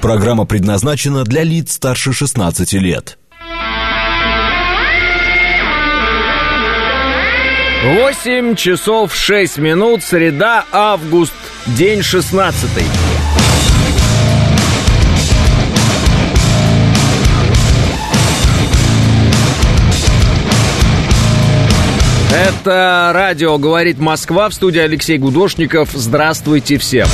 Программа предназначена для лиц старше 16 лет. 8 часов 6 минут, среда, август, день 16. Это радио «Говорит Москва», в студии Алексей Гудошников. Здравствуйте всем.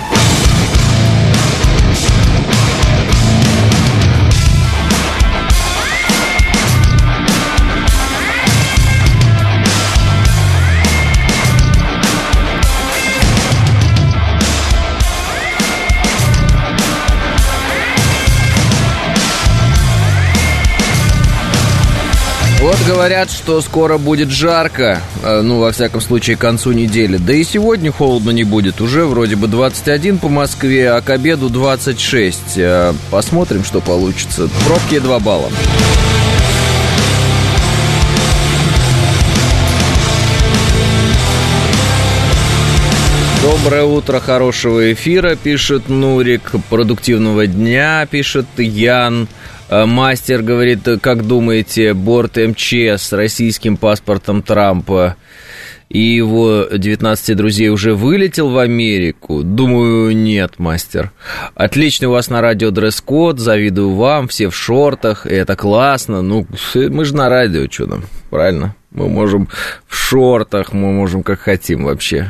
Вот говорят, что скоро будет жарко, ну, во всяком случае, к концу недели. Да и сегодня холодно не будет, уже вроде бы 21 по Москве, а к обеду 26. Посмотрим, что получится. Пробки 2 балла. Доброе утро, хорошего эфира, пишет Нурик. Продуктивного дня, пишет Ян. Мастер говорит, как думаете, борт МЧС с российским паспортом Трампа и его 19 друзей уже вылетел в Америку? Думаю, нет, мастер. Отличный у вас на радио дресс-код, завидую вам, все в шортах, и это классно. Ну, мы же на радио, что нам, правильно? Мы можем в шортах, мы можем как хотим вообще.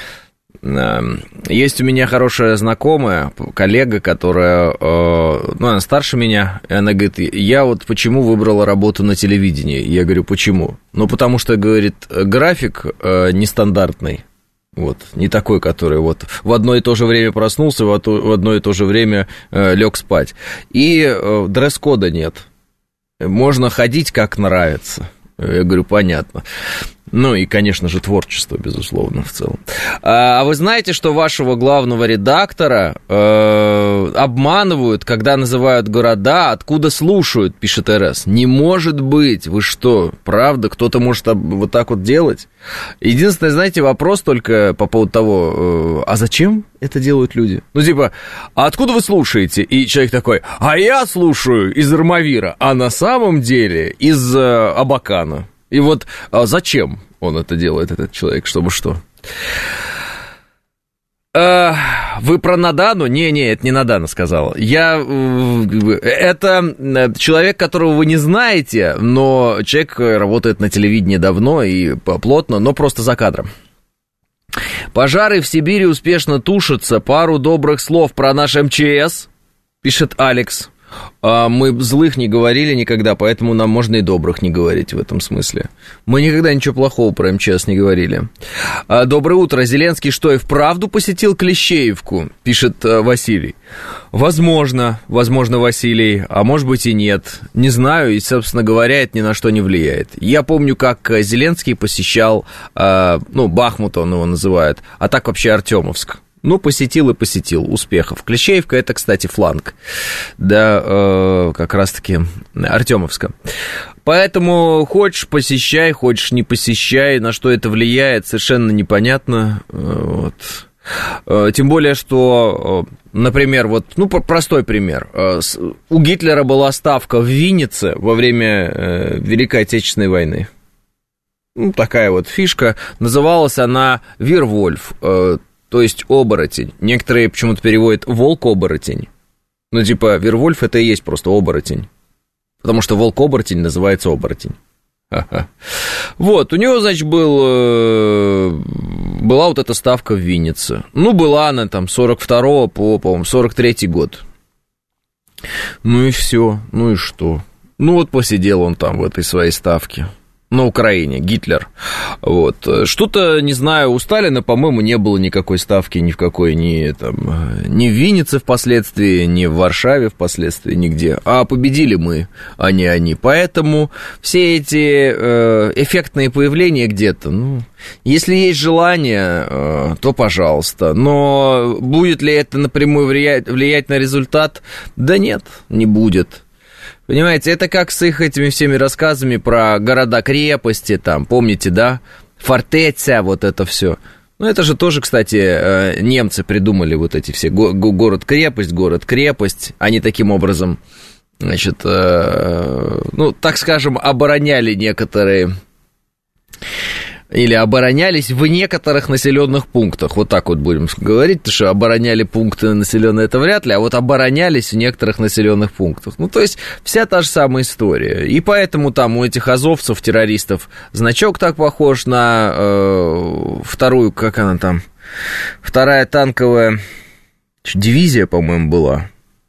Есть у меня хорошая знакомая, коллега, которая, ну, она старше меня, и она говорит, я вот почему выбрала работу на телевидении? Я говорю, почему? Ну, потому что, говорит, график нестандартный, вот, не такой, который вот в одно и то же время проснулся, в одно и то же время лег спать. И дресс-кода нет, можно ходить как нравится. Я говорю, понятно. Ну и, конечно же, творчество, безусловно, в целом. А вы знаете, что вашего главного редактора обманывают, когда называют города, откуда слушают, пишет РС. Не может быть, вы что, правда? Кто-то может вот так вот делать? Единственное, знаете, вопрос только по поводу того, а зачем это делают люди? Ну, типа, а откуда вы слушаете? И человек такой, а я слушаю из Армавира, а на самом деле из Абакана. И вот зачем он это делает, этот человек, чтобы что? Вы про Надану? Не, это не Надана сказала. Это человек, которого вы не знаете, но человек работает на телевидении давно и плотно, но просто за кадром. Пожары в Сибири успешно тушатся. Пару добрых слов про наш МЧС, пишет Алекс. Мы злых не говорили никогда, поэтому нам можно и добрых не говорить в этом смысле. Мы никогда ничего плохого про МЧС не говорили. Доброе утро. Зеленский что, и вправду посетил Клещеевку? Пишет Василий. Возможно, Василий, а может быть и нет. Не знаю, и, собственно говоря, это ни на что не влияет. Я помню, как Зеленский посещал, Бахмут он его называет, а так вообще Артемовск. Ну, посетил и посетил. Успехов. Клещеевка — это, кстати, фланг. Да, как раз-таки Артемовска. Поэтому хочешь — посещай, хочешь — не посещай. На что это влияет, совершенно непонятно. Вот. Тем более, что, например, вот, простой пример. У Гитлера была ставка в Виннице во время Великой Отечественной войны. Такая вот фишка. Называлась она «Вервольф», то есть оборотень. Некоторые почему-то переводят волк-оборотень. Ну, типа, Вервольф — это и есть просто оборотень. Потому что волк-оборотень называется оборотень. Ха-ха. Вот, у него, значит, была вот эта ставка в Виннице. Ну, была она там 42 по, по-моему, 43 год. Ну и все, ну и что? Ну вот посидел он там в этой своей ставке. На Украине, Гитлер. Вот. Что-то, не знаю, у Сталина, по-моему, не было никакой ставки ни в какой, ни в Виннице впоследствии, ни в Варшаве впоследствии, нигде. А победили мы, а не они. Поэтому все эти эффектные появления где-то, если есть желание, то пожалуйста. Но будет ли это напрямую влиять на результат? Да нет, не будет. Понимаете, это как с их этими всеми рассказами про города-крепости, там, помните, да, фортеця, вот это все. Ну, это же тоже, кстати, немцы придумали вот эти все город-крепость. Они таким образом, значит, ну, так скажем, обороняли некоторые... Или оборонялись в некоторых населенных пунктах. Вот так вот будем говорить, потому что обороняли пункты населенные, это вряд ли, а вот оборонялись в некоторых населенных пунктах. Ну, то есть, вся та же самая история. И поэтому там у этих азовцев, террористов, значок так похож на вторую, как она там, вторая танковая дивизия, по-моему, была.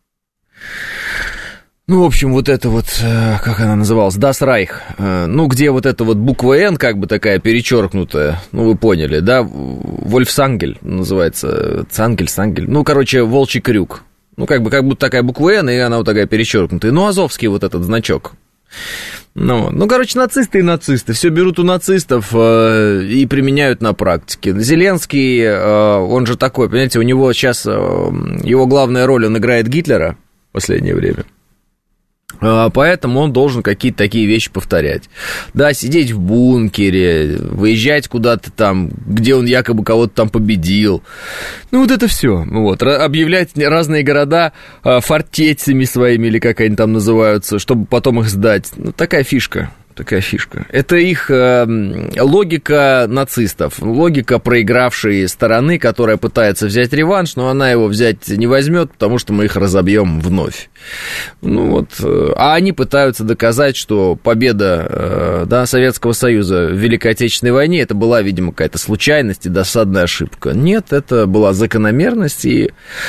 Ну, в общем, вот это вот, как она называлась, Das Reich, ну, где вот эта вот буква «Н» как бы такая перечеркнутая, ну, вы поняли, да, Вольфсангель называется, Сангель, ну, короче, волчий крюк, ну, как будто такая буква «Н», и она вот такая перечеркнутая, ну, азовский вот этот значок. Ну, короче, нацисты и нацисты, все берут у нацистов и применяют на практике. Зеленский, он же такой, понимаете, у него сейчас, его главная роль, он играет Гитлера в последнее время. Поэтому он должен какие-то такие вещи повторять. Да, сидеть в бункере, выезжать куда-то там, где он якобы кого-то там победил. Ну, вот это все. Вот. Объявлять разные города фортецами своими, или как они там называются, чтобы потом их сдать. Ну, такая фишка. Это их логика нацистов, логика проигравшей стороны, которая пытается взять реванш, но она его взять не возьмет, потому что мы их разобьем вновь. Ну вот, а они пытаются доказать, что победа Советского Союза в Великой Отечественной войне, это была, видимо, какая-то случайность и досадная ошибка. Нет, это была закономерность, и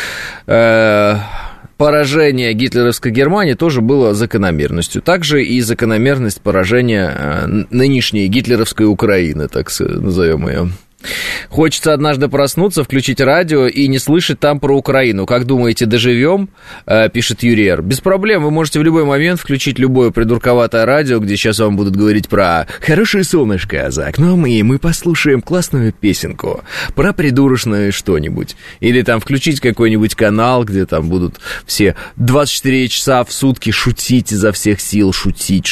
поражение гитлеровской Германии тоже было закономерностью. Также и закономерность поражения нынешней гитлеровской Украины, так назовем ее. Хочется однажды проснуться, включить радио и не слышать там про Украину. Как думаете, доживем? Пишет Юрий Р. Без проблем, вы можете в любой момент включить любое придурковатое радио, где сейчас вам будут говорить про хорошее солнышко за окном, и мы послушаем классную песенку про придурочное что-нибудь. Или там включить какой-нибудь канал, где там будут все 24 часа в сутки шутить изо всех сил, шутить.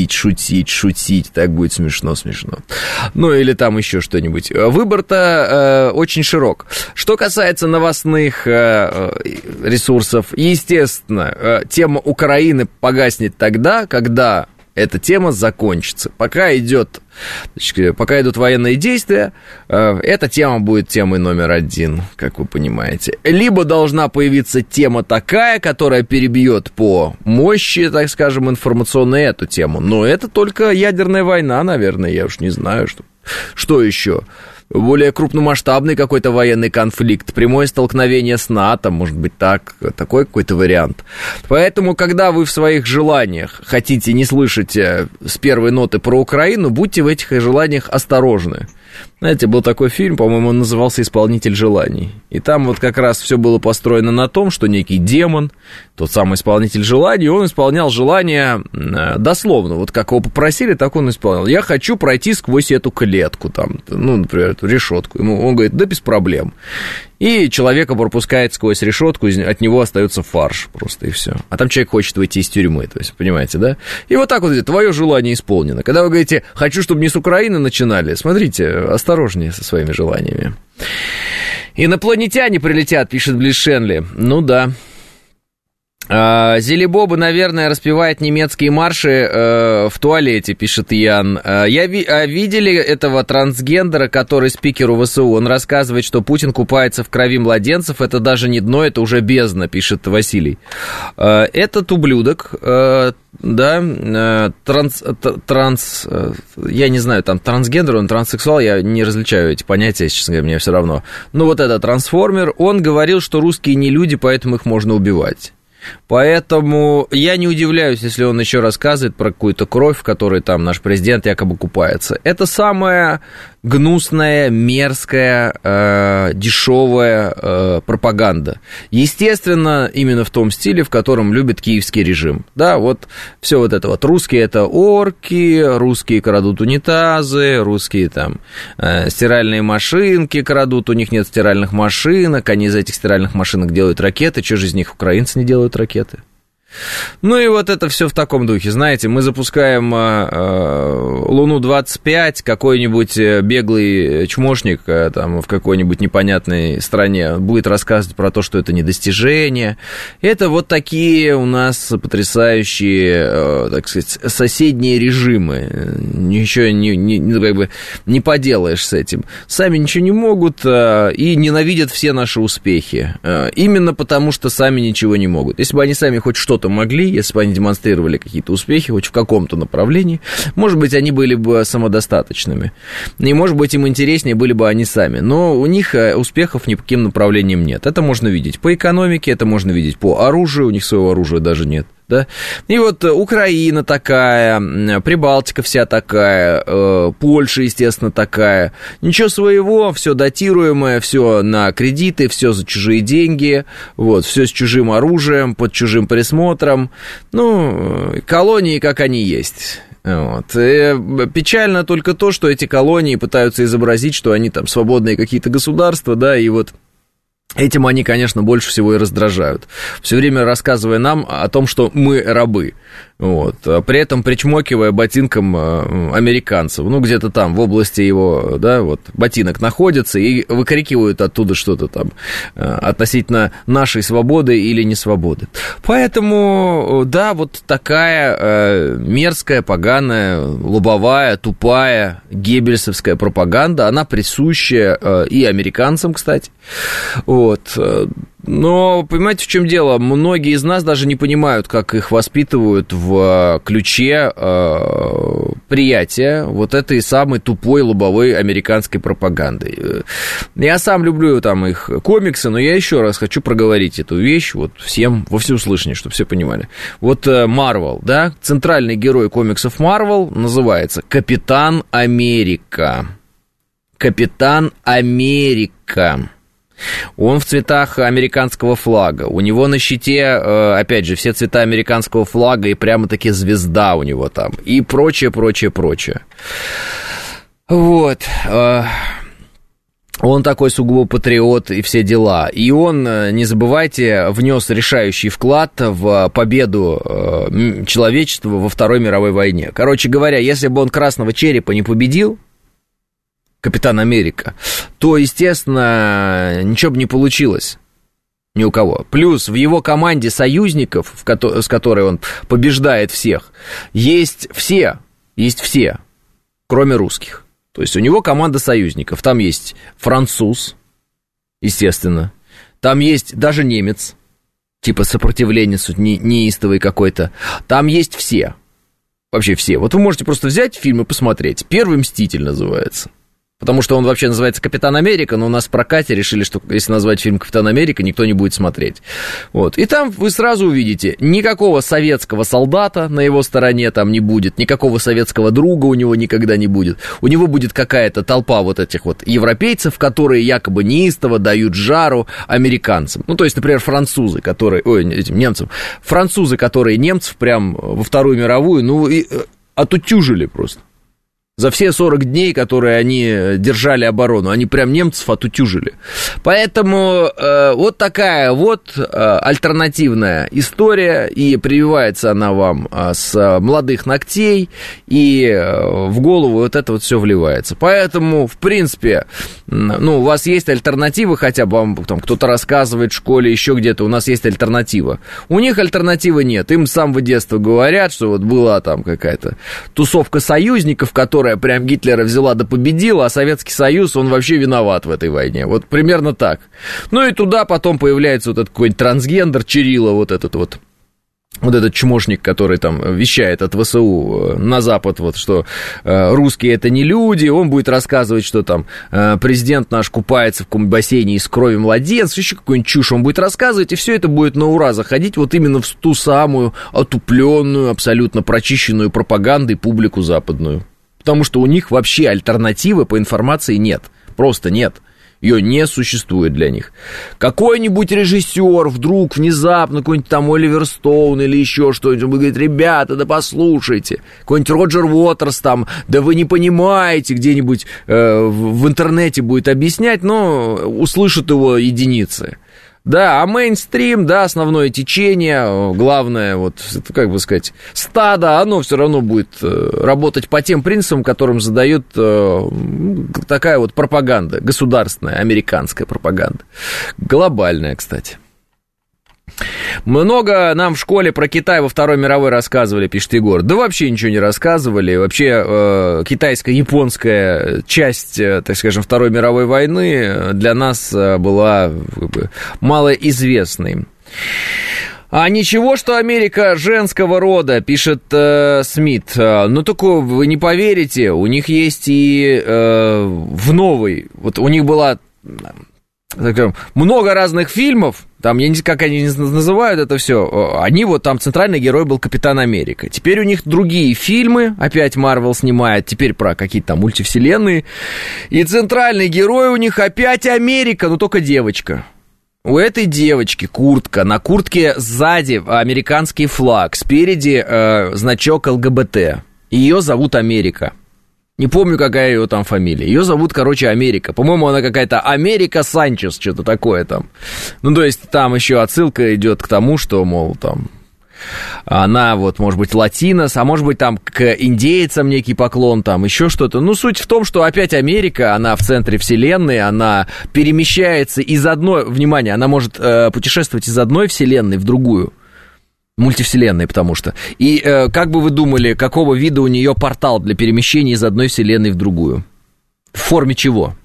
Так будет смешно. Ну, или там еще что-нибудь. Выбор-то очень широк. Что касается новостных ресурсов, естественно, тема Украины погаснет тогда, когда эта тема закончится. Пока идут военные действия, эта тема будет темой номер один, как вы понимаете. Либо должна появиться тема такая, которая перебьет по мощи, так скажем, информационной эту тему. Но это только ядерная война, наверное, я уж не знаю, что еще. Более крупномасштабный какой-то военный конфликт, прямое столкновение с НАТО, может быть, такой какой-то вариант. Поэтому, когда вы в своих желаниях хотите не слышать с первой ноты про Украину, будьте в этих желаниях осторожны. Знаете, был такой фильм, по-моему, он назывался «Исполнитель желаний». И там вот как раз все было построено на том, что некий демон, тот самый исполнитель желаний, он исполнял желания дословно. Вот как его попросили, так он исполнял. Я хочу пройти сквозь эту клетку, там, ну, например, эту решетку. Он говорит, да без проблем. И человека пропускает сквозь решетку, от него остается фарш просто, и все. А там человек хочет выйти из тюрьмы, то есть, понимаете, да? И вот так вот, твое желание исполнено. Когда вы говорите, хочу, чтобы не с Украины начинали, смотрите, осторожнее со своими желаниями. Инопланетяне прилетят, пишет Близ Шенли. Ну да. Зелебоба, наверное, распевает немецкие марши в туалете, пишет Ян. Видели этого трансгендера, который спикеру ВСУ? Он рассказывает, что Путин купается в крови младенцев. Это даже не дно, это уже бездна, пишет Василий. Этот ублюдок, я не знаю, там трансгендер, он транссексуал, я не различаю эти понятия, честно говоря, мне все равно. Но вот этот трансформер, он говорил, что русские не люди, поэтому их можно убивать. Поэтому я не удивляюсь, если он еще рассказывает про какую-то кровь, в которой там наш президент якобы купается. Это самая гнусная, мерзкая, дешевая пропаганда. Естественно, именно в том стиле, в котором любит киевский режим. Да, вот все вот это вот. Русские это орки, русские крадут унитазы, русские там стиральные машинки крадут, у них нет стиральных машинок, они из этих стиральных машинок делают ракеты. Что же из них украинцы не делают ракеты? Ну и вот это все в таком духе. Знаете, мы запускаем Луну-25, какой-нибудь беглый чмошник там в какой-нибудь непонятной стране будет рассказывать про то, что это недостижение. Это вот такие у нас потрясающие, так сказать, соседние режимы. Ничего как бы не поделаешь с этим. Сами ничего не могут и ненавидят все наши успехи. Именно потому, что сами ничего не могут. Если бы они сами хоть что-то могли, если бы они демонстрировали какие-то успехи, хоть в каком-то направлении, может быть, они были бы самодостаточными. И, может быть, им интереснее были бы они сами. Но у них успехов ни по каким направлениям нет. Это можно видеть по экономике, это можно видеть по оружию. У них своего оружия даже нет. Да? И вот Украина такая, Прибалтика вся такая, Польша, естественно, такая. Ничего своего, все датируемое, все на кредиты, все за чужие деньги, вот, все с чужим оружием, под чужим присмотром. Ну, колонии, как они есть. Вот. И печально только то, что эти колонии пытаются изобразить, что они там свободные какие-то государства, да, и вот этим они, конечно, больше всего и раздражают, все время рассказывая нам о том, что мы рабы, вот, при этом причмокивая ботинком американцев, ну, где-то там в области его, да, вот, ботинок находится, и выкрикивают оттуда что-то там относительно нашей свободы или несвободы. Поэтому, да, вот такая мерзкая, поганая, лобовая, тупая геббельсовская пропаганда, она присуща и американцам, кстати, вот. Но, понимаете, в чем дело? Многие из нас даже не понимают, как их воспитывают в ключе приятия вот этой самой тупой лобовой американской пропаганды. Я сам люблю там их комиксы, но я еще раз хочу проговорить эту вещь вот всем во всеуслышание, чтобы все понимали. Вот Марвел, да, центральный герой комиксов Марвел называется Капитан Америка. Капитан Америка. Он в цветах американского флага. У него на щите, опять же, все цвета американского флага, и прямо-таки звезда у него там. И прочее, прочее, прочее. Вот. Он такой сугубо патриот и все дела. И он, не забывайте, внес решающий вклад в победу человечества во Второй мировой войне. Короче говоря, если бы он Красного Черепа не победил, Капитан Америка, то, естественно, ничего бы не получилось ни у кого. Плюс в его команде союзников, с которой он побеждает всех, есть все, кроме русских. То есть у него команда союзников. Там есть француз, естественно, там есть даже немец, типа сопротивленец неистовый какой-то. Там есть все, вообще все. Вот вы можете просто взять фильм и посмотреть. «Первый мститель» называется. Потому что он вообще называется «Капитан Америка», но у нас в прокате решили, что если назвать фильм «Капитан Америка», никто не будет смотреть. Вот. И там вы сразу увидите, никакого советского солдата на его стороне там не будет, никакого советского друга у него никогда не будет. У него будет какая-то толпа вот этих вот европейцев, которые якобы неистово дают жару американцам. Ну, то есть, например, французы, которые... этим немцам. Французы, которые немцев прям во Вторую мировую, ну, и отутюжили просто. За все 40 дней, которые они держали оборону, они прям немцев отутюжили. Поэтому вот такая вот альтернативная история, и прививается она вам с молодых ногтей, и в голову вот это вот все вливается. Поэтому, в принципе, ну, у вас есть альтернатива, хотя бы вам там кто-то рассказывает в школе, еще где-то, у нас есть альтернатива. У них альтернативы нет. Им с самого детства говорят, что вот была там какая-то тусовка союзников, которая прям Гитлера взяла да победила, а Советский Союз, он вообще виноват в этой войне. Вот примерно так. Ну и туда потом появляется вот этот какой-нибудь трансгендер Чирилла, вот этот чмошник, который там вещает от ВСУ на Запад, вот, что русские это не люди, он будет рассказывать, что там президент наш купается в каком-нибудь бассейне из крови младенцев, еще какую-нибудь чушь он будет рассказывать, и все это будет на ура заходить вот именно в ту самую отупленную, абсолютно прочищенную пропагандой публику западную. Потому что у них вообще альтернативы по информации нет, просто нет. Ее не существует для них. Какой-нибудь режиссер вдруг внезапно, какой-нибудь там Оливер Стоун или еще что-нибудь, он будет говорить: ребята, да послушайте. Какой-нибудь Роджер Уотерс там, да вы не понимаете, где-нибудь в интернете будет объяснять, но услышат его единицы. Да, а мейнстрим, да, основное течение, главное, вот, как бы сказать, стадо, оно все равно будет работать по тем принципам, которым задает такая вот пропаганда, государственная, американская пропаганда. Глобальная, кстати. Много нам в школе про Китай во Второй мировой рассказывали, пишет Егор. Да вообще ничего не рассказывали. Вообще китайско-японская часть, так скажем, Второй мировой войны для нас была малоизвестной. А ничего, что Америка женского рода, пишет Смит. Ну, только вы не поверите, у них есть и в новой... Вот у них была... много разных фильмов, там, я не знаю, как они называют это все, они вот там, центральный герой был Капитан Америка. Теперь у них другие фильмы, опять Марвел снимает, теперь про какие-то там мультивселенные, и центральный герой у них опять Америка, но только девочка. У этой девочки куртка, на куртке сзади американский флаг, спереди значок ЛГБТ, ее зовут Америка. Не помню, какая ее там фамилия. Ее зовут, короче, Америка. По-моему, она какая-то Америка Санчес, что-то такое там. Ну, то есть, там еще отсылка идет к тому, что, мол, там... Она, вот, может быть, латинос, а может быть, там, к индейцам некий поклон, там, еще что-то. Ну, суть в том, что опять Америка, она в центре вселенной, она перемещается из одной... Внимание, она может путешествовать из одной вселенной в другую. Мультивселенной, потому что. И как бы вы думали, какого вида у нее портал для перемещения из одной вселенной в другую? В форме чего?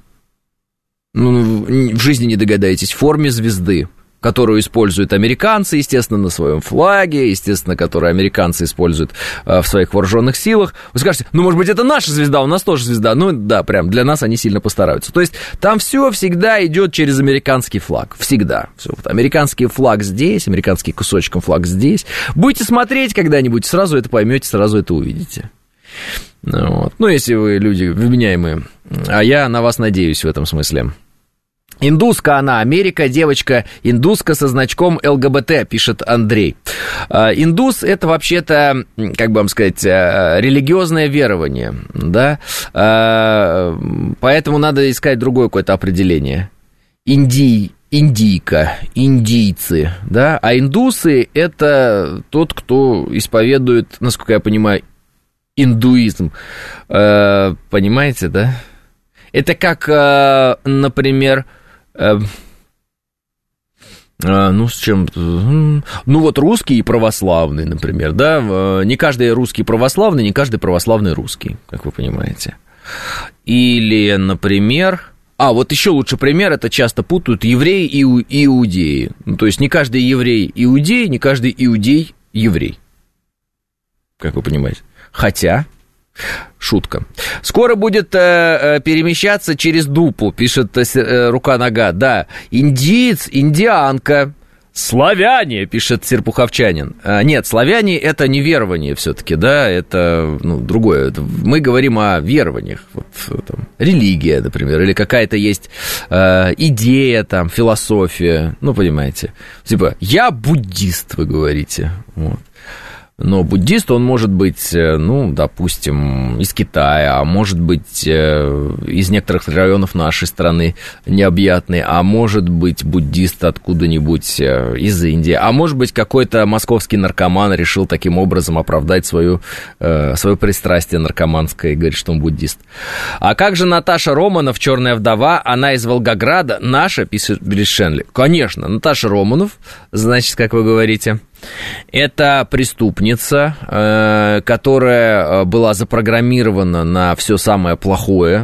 Ну, в жизни не догадаетесь. В форме звезды, которую используют американцы, естественно, на своем флаге, естественно, которую американцы используют в своих вооруженных силах. Вы скажете, ну, может быть, это наша звезда, у нас тоже звезда. Ну, да, прям для нас они сильно постараются. То есть там все всегда идет через американский флаг. Всегда. Все, вот, американский флаг здесь, американский кусочком флаг здесь. Будете смотреть когда-нибудь, сразу это поймете, сразу это увидите. Вот. Ну, если вы люди вменяемые. А я на вас надеюсь в этом смысле. Индуска она, Америка, девочка, индуска со значком ЛГБТ, пишет Андрей. Индус – это вообще-то, как бы вам сказать, религиозное верование, да? Поэтому надо искать другое какое-то определение. Индийка, индийцы, да? А индусы – это тот, кто исповедует, насколько я понимаю, индуизм. Понимаете, да? Это как, например... Ну, с чем... Ну, вот русский и православный, например, да? Не каждый русский православный, не каждый православный русский, как вы понимаете. Или, например... вот еще лучший пример, это часто путают евреи и иудеи. Ну, то есть не каждый еврей иудей, не каждый иудей еврей. Как вы понимаете. Хотя... Шутка. Скоро будет перемещаться через дупу, пишет рука-нога. Да, индиец, индианка, славяне, пишет серпуховчанин. Нет, славяне это не верование все-таки, да, это другое. Мы говорим о верованиях. Вот, там, религия, например, или какая-то есть идея, там, философия. Ну, понимаете. Типа, я буддист, вы говорите. Вот. Но буддист, он может быть, допустим, из Китая, а может быть из некоторых районов нашей страны необъятной, а может быть буддист откуда-нибудь из Индии, а может быть какой-то московский наркоман решил таким образом оправдать свое пристрастие наркоманское и говорит, что он буддист. А как же Наташа Романов, черная вдова, она из Волгограда, наша, пишет Шенли. Конечно, Наташа Романов, значит, как вы говорите... Это преступница, которая была запрограммирована на все самое плохое.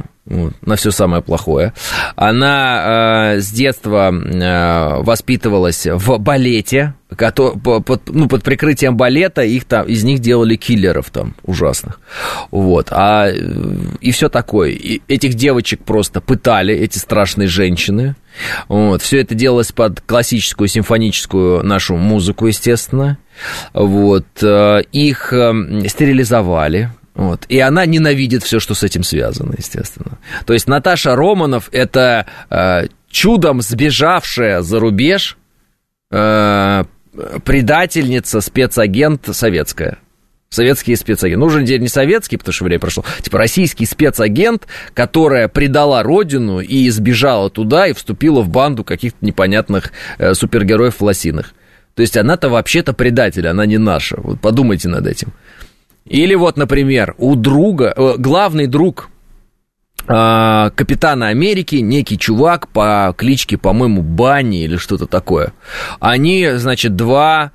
Она с детства воспитывалась в балете, под прикрытием балета из них делали киллеров там ужасных. Вот. И все такое. И этих девочек просто пытали, эти страшные женщины. Вот. Все это делалось под классическую симфоническую нашу музыку, естественно. Вот. Их стерилизовали. Вот. И она ненавидит все, что с этим связано, естественно. То есть Наташа Романов – это чудом сбежавшая за рубеж предательница, спецагент советская. Советский спецагент. Ну, уже не советский, потому что время прошло. Типа российский спецагент, которая предала родину и сбежала туда и вступила в банду каких-то непонятных супергероев в лосинах. То есть она-то вообще-то предатель, она не наша. Вот подумайте над этим. Или вот, например, у друга, главный друг Капитана Америки, некий чувак по кличке, по-моему, Банни или что-то такое. Они, значит, два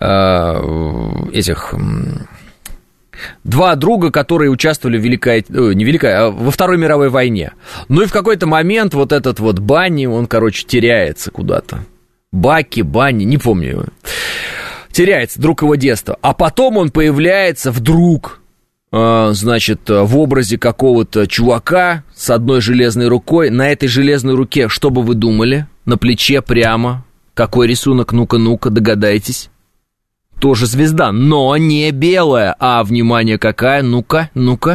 друга, которые участвовали в во Второй мировой войне. Ну и в какой-то момент вот этот вот Банни, он, короче, теряется куда-то. Банни, не помню его. Теряется, друг его детства. А потом он появляется вдруг, значит, в образе какого-то чувака с одной железной рукой. На этой железной руке, что бы вы думали? На плече прямо. Какой рисунок? Ну-ка, догадайтесь. Тоже звезда, но не белая. А, внимание, какая? Ну-ка.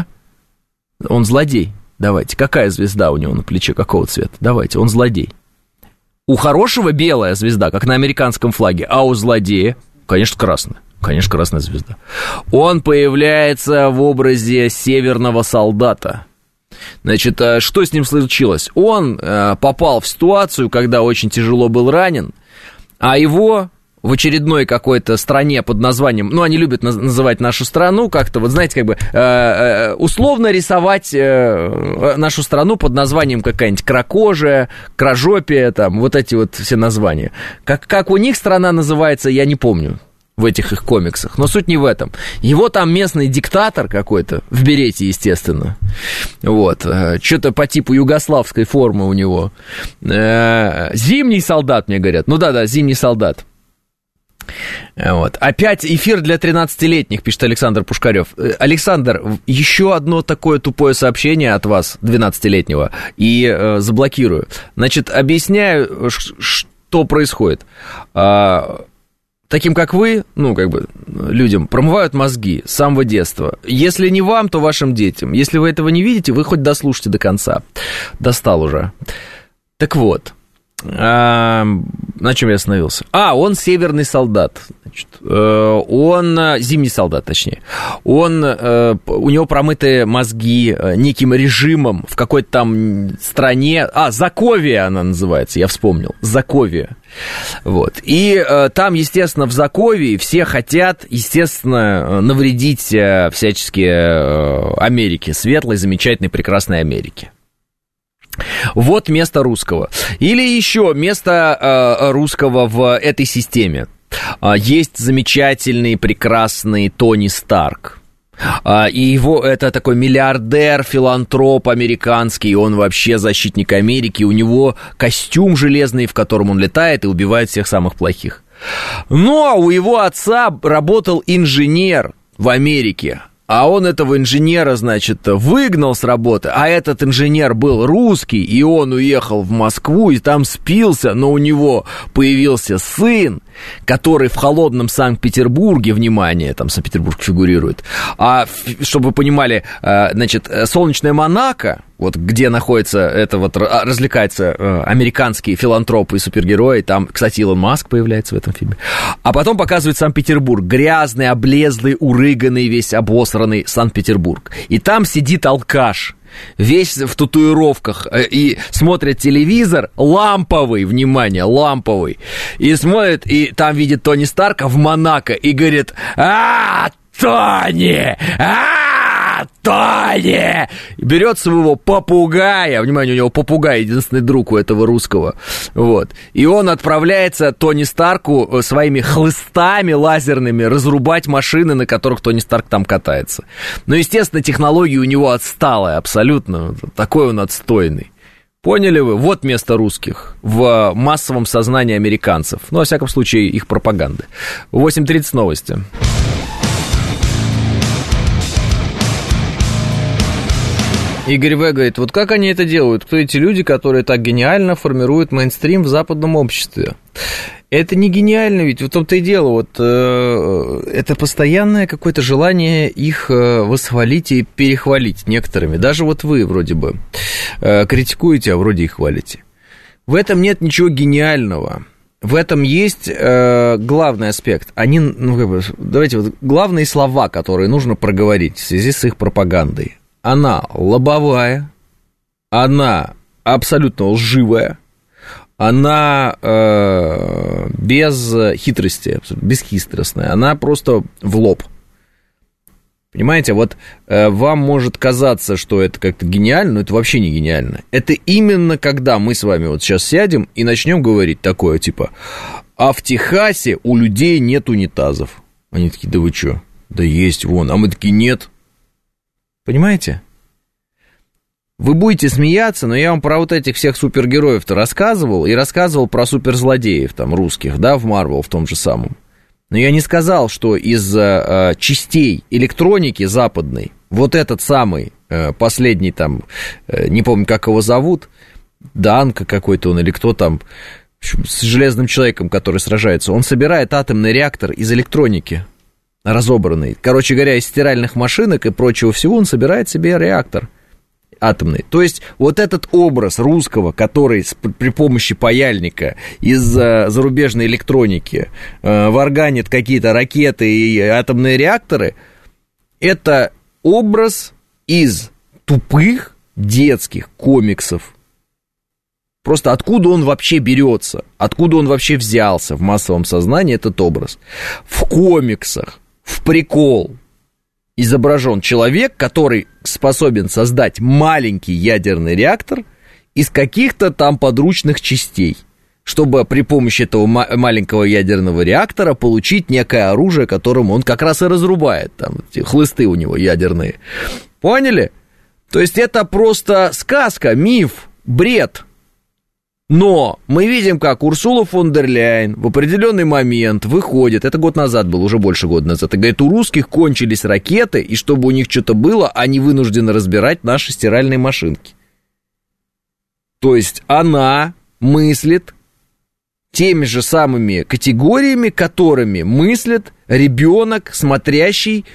Он злодей. Давайте, какая звезда у него на плече? Какого цвета? Давайте, он злодей. У хорошего белая звезда, как на американском флаге, а у злодея, конечно, красная. Конечно, красная звезда. Он появляется в образе северного солдата. Значит, что с ним случилось? Он попал в ситуацию, когда очень тяжело был ранен, а его в очередной какой-то стране под названием, ну, они любят называть нашу страну как-то, вот знаете, как бы условно рисовать нашу страну под названием какая-нибудь Кракожия, Кражопия, там, вот эти вот все названия. Как у них страна называется, я не помню в этих их комиксах, но суть не в этом. Его там местный диктатор какой-то, в берете, естественно, вот, что-то по типу югославской формы у него. Зимний солдат, мне говорят, ну да, зимний солдат. Вот. Опять эфир для 13-летних, пишет Александр Пушкарев. Александр, еще одно такое тупое сообщение от вас, 12-летнего, и заблокирую. Значит, объясняю, что происходит. Таким, как вы, ну, как бы, людям промывают мозги с самого детства. Если не вам, то вашим детям. Если вы этого не видите, вы хоть дослушайте до конца. Достал уже. Так вот. На чем я остановился? Он северный солдат. Значит, он зимний солдат, точнее. У него промытые мозги неким режимом в какой-то там стране. Заковия она называется, я вспомнил. Заковия. Вот. И там, естественно, в Заковии все хотят, естественно, навредить всячески Америке. Светлой, замечательной, прекрасной Америке. Вот место русского. Или еще место русского в этой системе. Есть замечательный, прекрасный Тони Старк. И его, это такой миллиардер, филантроп американский, он вообще защитник Америки, у него костюм железный, в котором он летает и убивает всех самых плохих. Но у его отца работал инженер в Америке. А он этого инженера, значит, выгнал с работы, а этот инженер был русский, и он уехал в Москву, и там спился, но у него появился сын, который в холодном Санкт-Петербурге, внимание, там Санкт-Петербург фигурирует, чтобы вы понимали, значит, солнечная Монако, вот где находится, это вот развлекается американские филантропы и супергерои, там, кстати, Илон Маск появляется в этом фильме, а потом показывает Санкт-Петербург, грязный, облезлый, урыганный, весь обосранный Санкт-Петербург, и там сидит алкаш, весь в татуировках, и смотрит телевизор, ламповый, внимание, ламповый, и смотрит, и там видит Тони Старка в Монако, и говорит: Тони! Тони! Берет своего попугая, внимание, у него попугай, единственный друг у этого русского, вот, и он отправляется Тони Старку своими хлыстами лазерными разрубать машины, на которых Тони Старк там катается. Но, естественно, технология у него отсталая абсолютно, такой он отстойный. Поняли вы? Вот место русских в массовом сознании американцев, ну, во всяком случае, их пропаганды. 8:30 новости. Игорь В. говорит, вот как они это делают? Кто эти люди, которые так гениально формируют мейнстрим в западном обществе? Это не гениально, ведь в том-то и дело, вот это постоянное какое-то желание их восхвалить и перехвалить некоторыми. Даже вот вы вроде бы критикуете, а вроде и хвалите. В этом нет ничего гениального. в этом есть главный аспект. Они, давайте вот главные слова, которые нужно проговорить в связи с их пропагандой. Она лобовая, она абсолютно лживая, она без хитрости, бесхитростная, она просто в лоб. Понимаете, вот вам может казаться, что это как-то гениально, но это вообще не гениально. Это именно когда мы с вами вот сейчас сядем и начнем говорить такое, типа, а в Техасе у людей нет унитазов. Они такие, да вы что? Да есть, вон. А мы такие, нет. Понимаете? Вы будете смеяться, но я вам про вот этих всех супергероев-то рассказывал, и рассказывал про суперзлодеев там русских, да, в Марвел в том же самом. Но я не сказал, что из частей электроники западной вот этот самый последний там, не помню, как его зовут, Данка какой-то он или кто там, с Железным человеком, который сражается, он собирает атомный реактор из электроники разобранный. Короче говоря, из стиральных машинок и прочего всего он собирает себе реактор атомный. То есть вот этот образ русского, который при помощи паяльника из зарубежной электроники варганит какие-то ракеты и атомные реакторы, это образ из тупых детских комиксов. Просто откуда он вообще берется, откуда он вообще взялся в массовом сознании, этот образ. В комиксах, в прикол изображен человек, который способен создать маленький ядерный реактор из каких-то там подручных частей, чтобы при помощи этого маленького ядерного реактора получить некое оружие, которым он как раз и разрубает. Там хлысты у него ядерные. Поняли? То есть это просто сказка, миф, бред. Но мы видим, как Урсула фон дер Ляйен в определенный момент выходит, это год назад был, уже больше года назад, и говорит, у русских кончились ракеты, и чтобы у них что-то было, они вынуждены разбирать наши стиральные машинки. То есть она мыслит теми же самыми категориями, которыми мыслит ребенок, смотрящий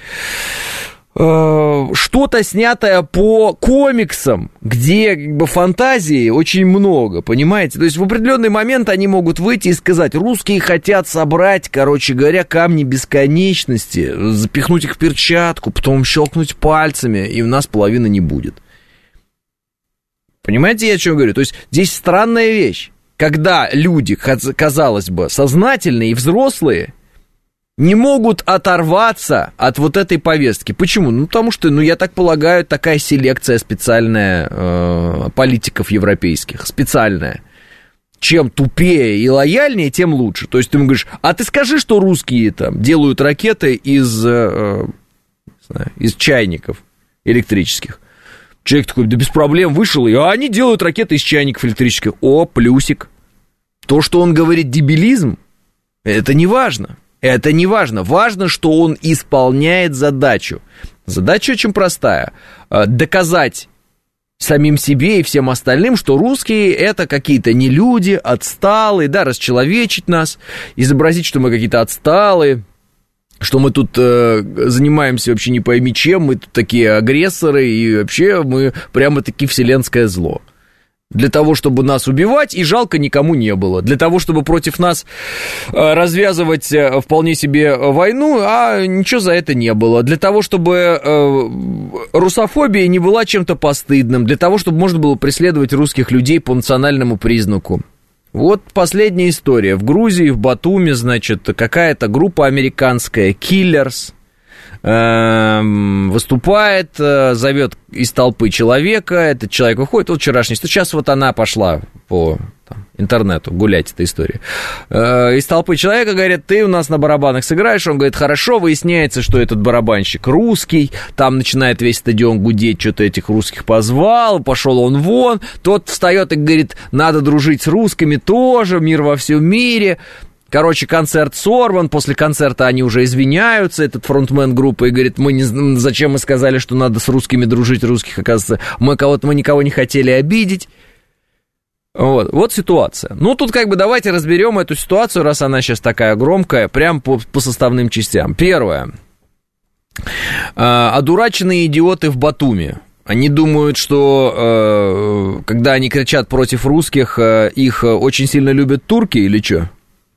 что-то снятое по комиксам, где как бы фантазии очень много, понимаете? То есть в определенный момент они могут выйти и сказать, русские хотят собрать, короче говоря, камни бесконечности, запихнуть их в перчатку, потом щелкнуть пальцами, и у нас половины не будет. Понимаете, я о чем говорю? То есть здесь странная вещь, когда люди, казалось бы, сознательные и взрослые, не могут оторваться от вот этой повестки. Почему? Ну, потому что, я так полагаю, такая селекция специальная политиков европейских, специальная. Чем тупее и лояльнее, тем лучше. То есть ты ему говоришь, а ты скажи, что русские там делают ракеты из чайников электрических. Человек такой, да без проблем, вышел, а они делают ракеты из чайников электрических. О, плюсик. То, что он говорит дебилизм, это не важно. Это не важно. Важно, что он исполняет задачу. Задача очень простая. Доказать самим себе и всем остальным, что русские это какие-то не люди, отсталые, да, расчеловечить нас, изобразить, что мы какие-то отсталые, что мы тут занимаемся вообще не пойми чем, мы тут такие агрессоры, и вообще мы прямо-таки вселенское зло. Для того, чтобы нас убивать, и жалко никому не было. Для того, чтобы против нас развязывать вполне себе войну, а ничего за это не было. Для того, чтобы русофобия не была чем-то постыдным. Для того, чтобы можно было преследовать русских людей по национальному признаку. Вот последняя история. В Грузии, в Батуми, значит, какая-то группа американская, Killers, выступает, зовет из толпы человека, этот человек выходит, вот вчерашний, сейчас вот она пошла по интернету гулять, эта история. Из толпы человека говорят, ты у нас на барабанах сыграешь, он говорит, хорошо, выясняется, что этот барабанщик русский, там начинает весь стадион гудеть, что-то этих русских позвал, пошел он вон, тот встает и говорит, надо дружить с русскими тоже, мир во всем мире. Короче, концерт сорван, после концерта они уже извиняются, этот фронтмен группы, и говорит, зачем мы сказали, что надо с русскими дружить, русских, оказывается, мы никого не хотели обидеть. Вот ситуация. Ну, тут как бы давайте разберем эту ситуацию, раз она сейчас такая громкая, прям по составным частям. Первое. Одураченные идиоты в Батуми. Они думают, что когда они кричат против русских, их очень сильно любят турки или что?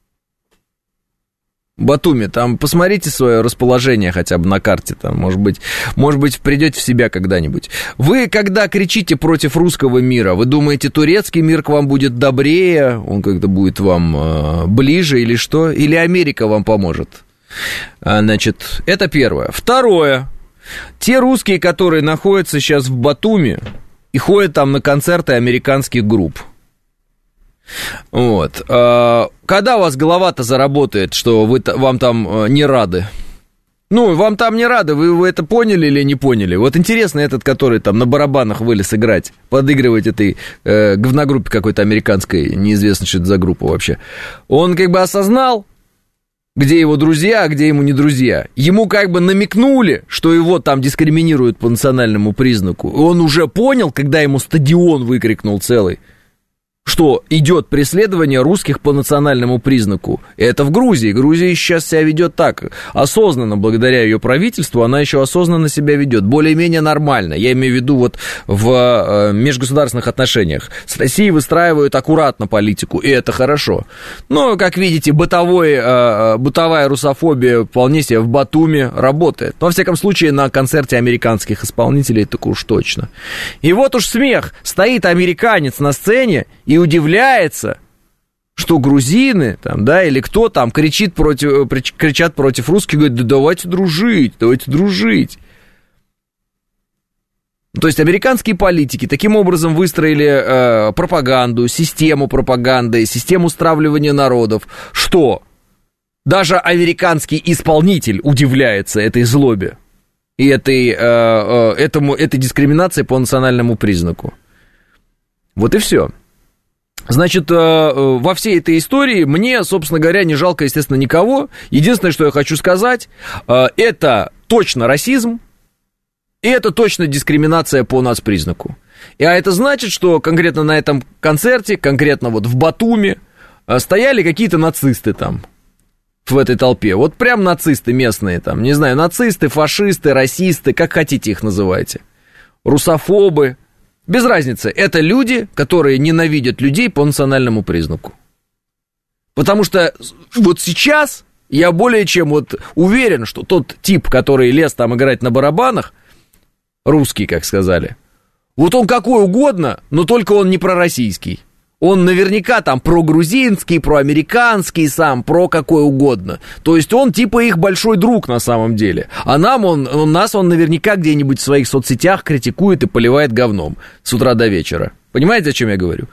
Батуми, там посмотрите свое расположение хотя бы на карте, там, может быть, придете в себя когда-нибудь. Вы, когда кричите против русского мира, вы думаете, турецкий мир к вам будет добрее, он как-то будет вам ближе или что? Или Америка вам поможет? Значит, это первое. Второе. Те русские, которые находятся сейчас в Батуми и ходят там на концерты американских групп. Вот. Когда у вас голова-то заработает, что вам там не рады? Ну, вам там не рады, вы это поняли или не поняли? Вот интересно, этот, который там на барабанах вылез играть, подыгрывать этой говногруппе какой-то американской, неизвестно, что это за группа вообще. Он как бы осознал, где его друзья, а где ему не друзья. Ему как бы намекнули, что его там дискриминируют по национальному признаку. И он уже понял, когда ему стадион выкрикнул целый, что идет преследование русских по национальному признаку. Это в Грузии. Грузия сейчас себя ведет так. Осознанно, благодаря ее правительству, она еще осознанно себя ведет. Более-менее нормально. Я имею в виду вот в межгосударственных отношениях. С Россией выстраивают аккуратно политику, и это хорошо. Но, как видите, бытовая русофобия вполне себе в Батуми работает. Во всяком случае, на концерте американских исполнителей так уж точно. И вот уж смех. Стоит американец на сцене и удивляется, что грузины, там, да, или кто там кричат против русских, говорят, да давайте дружить. То есть американские политики таким образом выстроили пропаганду, систему пропаганды, систему стравливания народов, что даже американский исполнитель удивляется этой злобе и этой дискриминации по национальному признаку. Вот и все. Значит, во всей этой истории мне, собственно говоря, не жалко, естественно, никого. Единственное, что я хочу сказать, это точно расизм, и это точно дискриминация по нацпризнаку. А это значит, что конкретно на этом концерте, конкретно вот в Батуми, стояли какие-то нацисты там, в этой толпе. Вот прям нацисты местные там, не знаю, нацисты, фашисты, расисты, как хотите их называйте. Русофобы. Без разницы, это люди, которые ненавидят людей по национальному признаку. Потому что вот сейчас я более чем вот уверен, что тот тип, который лез там играть на барабанах, русский, как сказали, вот он какой угодно, но только он не пророссийский. Он наверняка там прогрузинский, проамериканский сам, про какой угодно. То есть он типа их большой друг на самом деле. А нас он наверняка где-нибудь в своих соцсетях критикует и поливает говном с утра до вечера. Понимаете, о чем я говорю?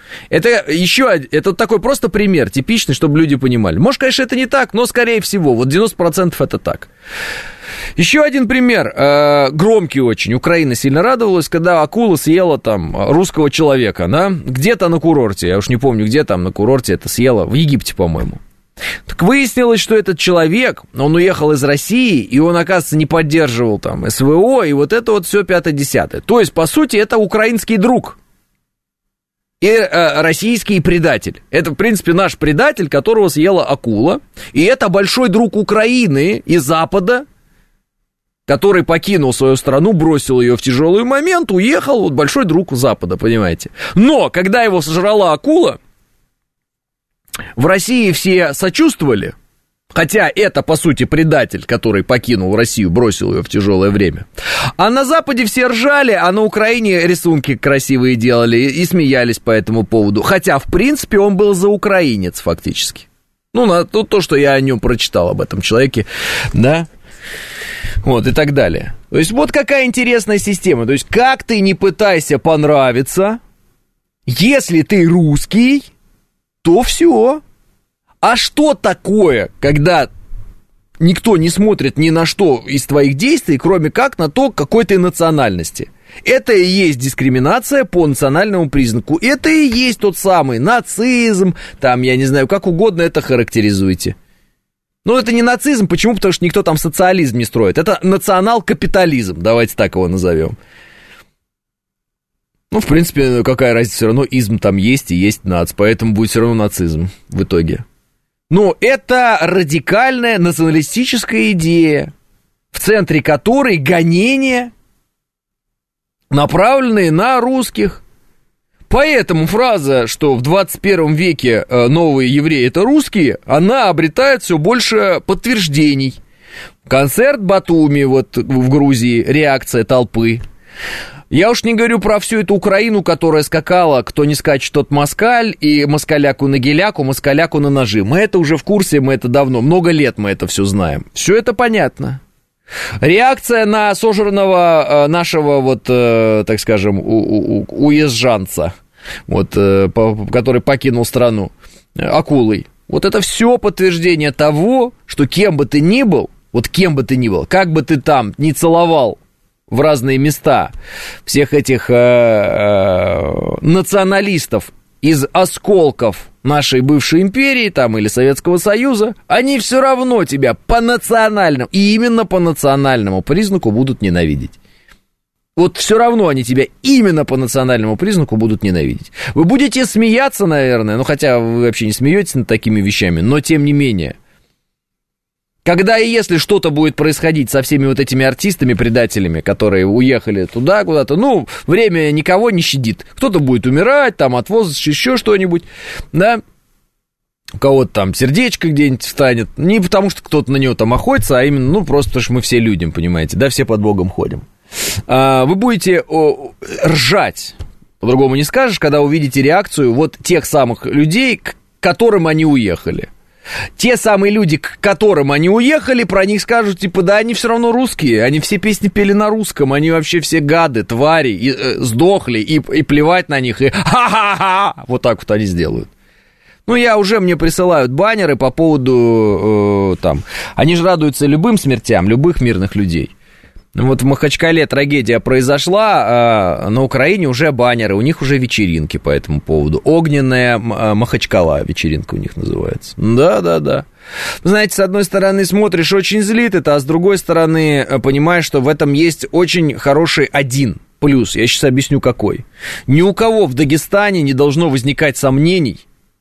Это такой просто пример, типичный, чтобы люди понимали. Может, конечно, это не так, но скорее всего, вот 90% это так. Еще один пример, громкий очень. Украина сильно радовалась, когда акула съела там русского человека, да? Где-то на курорте, я уж не помню, где там на курорте это съела, в Египте, по-моему. Так выяснилось, что этот человек, он уехал из России, и он, оказывается, не поддерживал там СВО, и вот это вот все 5-10. То есть, по сути, это украинский друг и российский предатель. Это, в принципе, наш предатель, которого съела акула, и это большой друг Украины и Запада, который покинул свою страну, бросил ее в тяжелый момент, уехал, вот большой друг Запада, понимаете. Но, когда его сожрала акула, в России все сочувствовали, хотя это, по сути, предатель, который покинул Россию, бросил ее в тяжелое время. А на Западе все ржали, а на Украине рисунки красивые делали и смеялись по этому поводу. Хотя, в принципе, он был заукраинец, фактически. Ну, то, что я о нем прочитал, об этом человеке, да. Вот, и так далее. То есть, вот какая интересная система. То есть, как ты не пытайся понравиться, если ты русский, то все. А что такое, когда никто не смотрит ни на что из твоих действий, кроме как на то, какой ты национальности? Это и есть дискриминация по национальному признаку. Это и есть тот самый нацизм, там, я не знаю, как угодно это характеризуйте. Но это не нацизм, почему? Потому что никто там социализм не строит. Это национал-капитализм, давайте так его назовем. Ну, в принципе, какая разница, все равно изм там есть и есть нац, поэтому будет все равно нацизм в итоге. Но это радикальная националистическая идея, в центре которой гонения, направленные на русских. Поэтому фраза, что в 21 веке новые евреи это русские, она обретает все больше подтверждений. Концерт Батуми вот в Грузии, реакция толпы. Я уж не говорю про всю эту Украину, которая скакала, кто не скачет, тот москаль, и москаляку на геляку, москаляку на ножи. Мы это уже в курсе, мы это давно, много лет мы это все знаем. Все это понятно. Реакция на сожранного нашего, вот, так скажем, уезжанца, вот, который покинул страну, акулой. Вот это все подтверждение того, что кем бы ты ни был, вот кем бы ты ни был, как бы ты там не целовал в разные места всех этих националистов из осколков нашей бывшей империи там, или Советского Союза, они все равно тебя по национальному, и именно по национальному признаку будут ненавидеть. Вот все равно они тебя именно по национальному признаку будут ненавидеть. Вы будете смеяться, наверное, ну хотя вы вообще не смеетесь над такими вещами, но тем не менее. Когда и если что-то будет происходить со всеми вот этими артистами-предателями, которые уехали туда куда-то, ну, время никого не щадит. Кто-то будет умирать, там, от возраста, еще что-нибудь, да. У кого-то там сердечко где-нибудь встанет. Не потому, что кто-то на него там охотится, а именно, ну, просто потому, что мы все люди, понимаете, да, все под Богом ходим. Вы будете ржать, по-другому не скажешь, когда увидите реакцию вот тех самых людей, к которым они уехали. Те самые люди, к которым они уехали, про них скажут, типа, да, они все равно русские, они все песни пели на русском, они вообще все гады, твари, и, сдохли, и плевать на них, и ха-ха-ха, вот так вот они сделают. Ну, мне присылают баннеры по поводу, там, они же радуются любым смертям, любых мирных людей. Вот в Махачкале трагедия произошла, на Украине уже баннеры, у них уже вечеринки по этому поводу. Огненная Махачкала вечеринка у них называется. Да. Знаете, с одной стороны смотришь, очень злит это, а с другой стороны понимаешь, что в этом есть очень хороший один плюс. Я сейчас объясню какой. Ни у кого в Дагестане не должно возникать сомнений,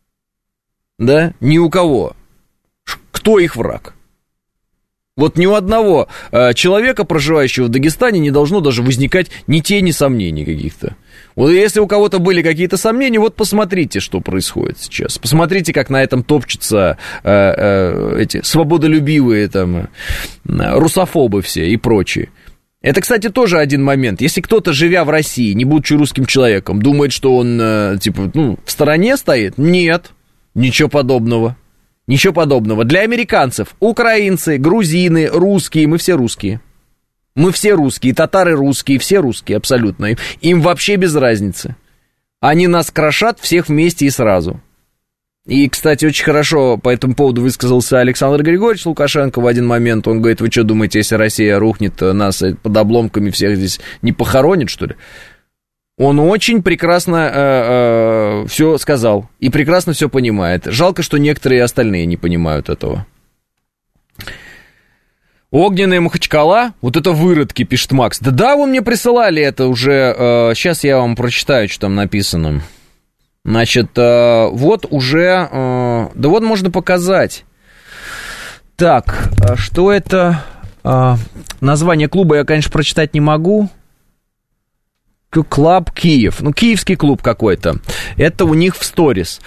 да, ни у кого, кто их враг. Вот ни у одного человека, проживающего в Дагестане, не должно даже возникать ни тени сомнений каких-то. Вот если у кого-то были какие-то сомнения, вот посмотрите, что происходит сейчас. Посмотрите, как на этом топчутся эти свободолюбивые там, русофобы все и прочие. Это, кстати, тоже один момент. Если кто-то, живя в России, не будучи русским человеком, думает, что он, типа, в стороне стоит, нет, ничего подобного. Ничего подобного. Для американцев украинцы, грузины, русские, мы все русские. Мы все русские, татары русские, все русские абсолютно. Им вообще без разницы. Они нас крошат всех вместе и сразу. И, кстати, очень хорошо по этому поводу высказался Александр Григорьевич Лукашенко в один момент. Он говорит, вы что думаете, если Россия рухнет, нас под обломками всех здесь не похоронит, что ли? Он очень прекрасно все сказал и прекрасно все понимает. Жалко, что некоторые остальные не понимают этого. Огненная Махачкала, вот это выродки, пишет Макс. Да, вы мне присылали это уже. Сейчас я вам прочитаю, что там написано. Значит, вот уже... да вот можно показать. Так, что это? Название клуба я, конечно, прочитать не могу. Клаб Киев, киевский клуб какой-то, это у них в сторис,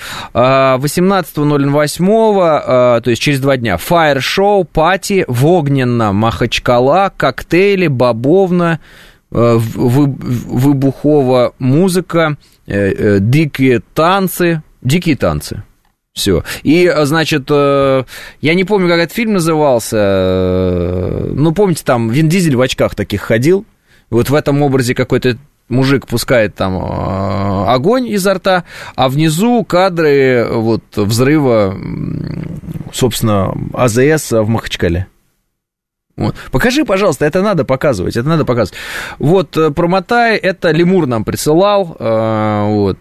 18.08, то есть через 2 дня, фаер-шоу, пати в Огненно, Махачкала, коктейли, бобовна, выбухова музыка, дикие танцы, все. И, значит, я не помню, как этот фильм назывался, помните, там Вин Дизель в очках таких ходил, вот в этом образе какой-то мужик пускает там огонь изо рта, а внизу кадры вот взрыва, собственно, АЗС в Махачкале. Вот. Покажи, пожалуйста, это надо показывать. Вот, промотай, это Лемур нам присылал, вот,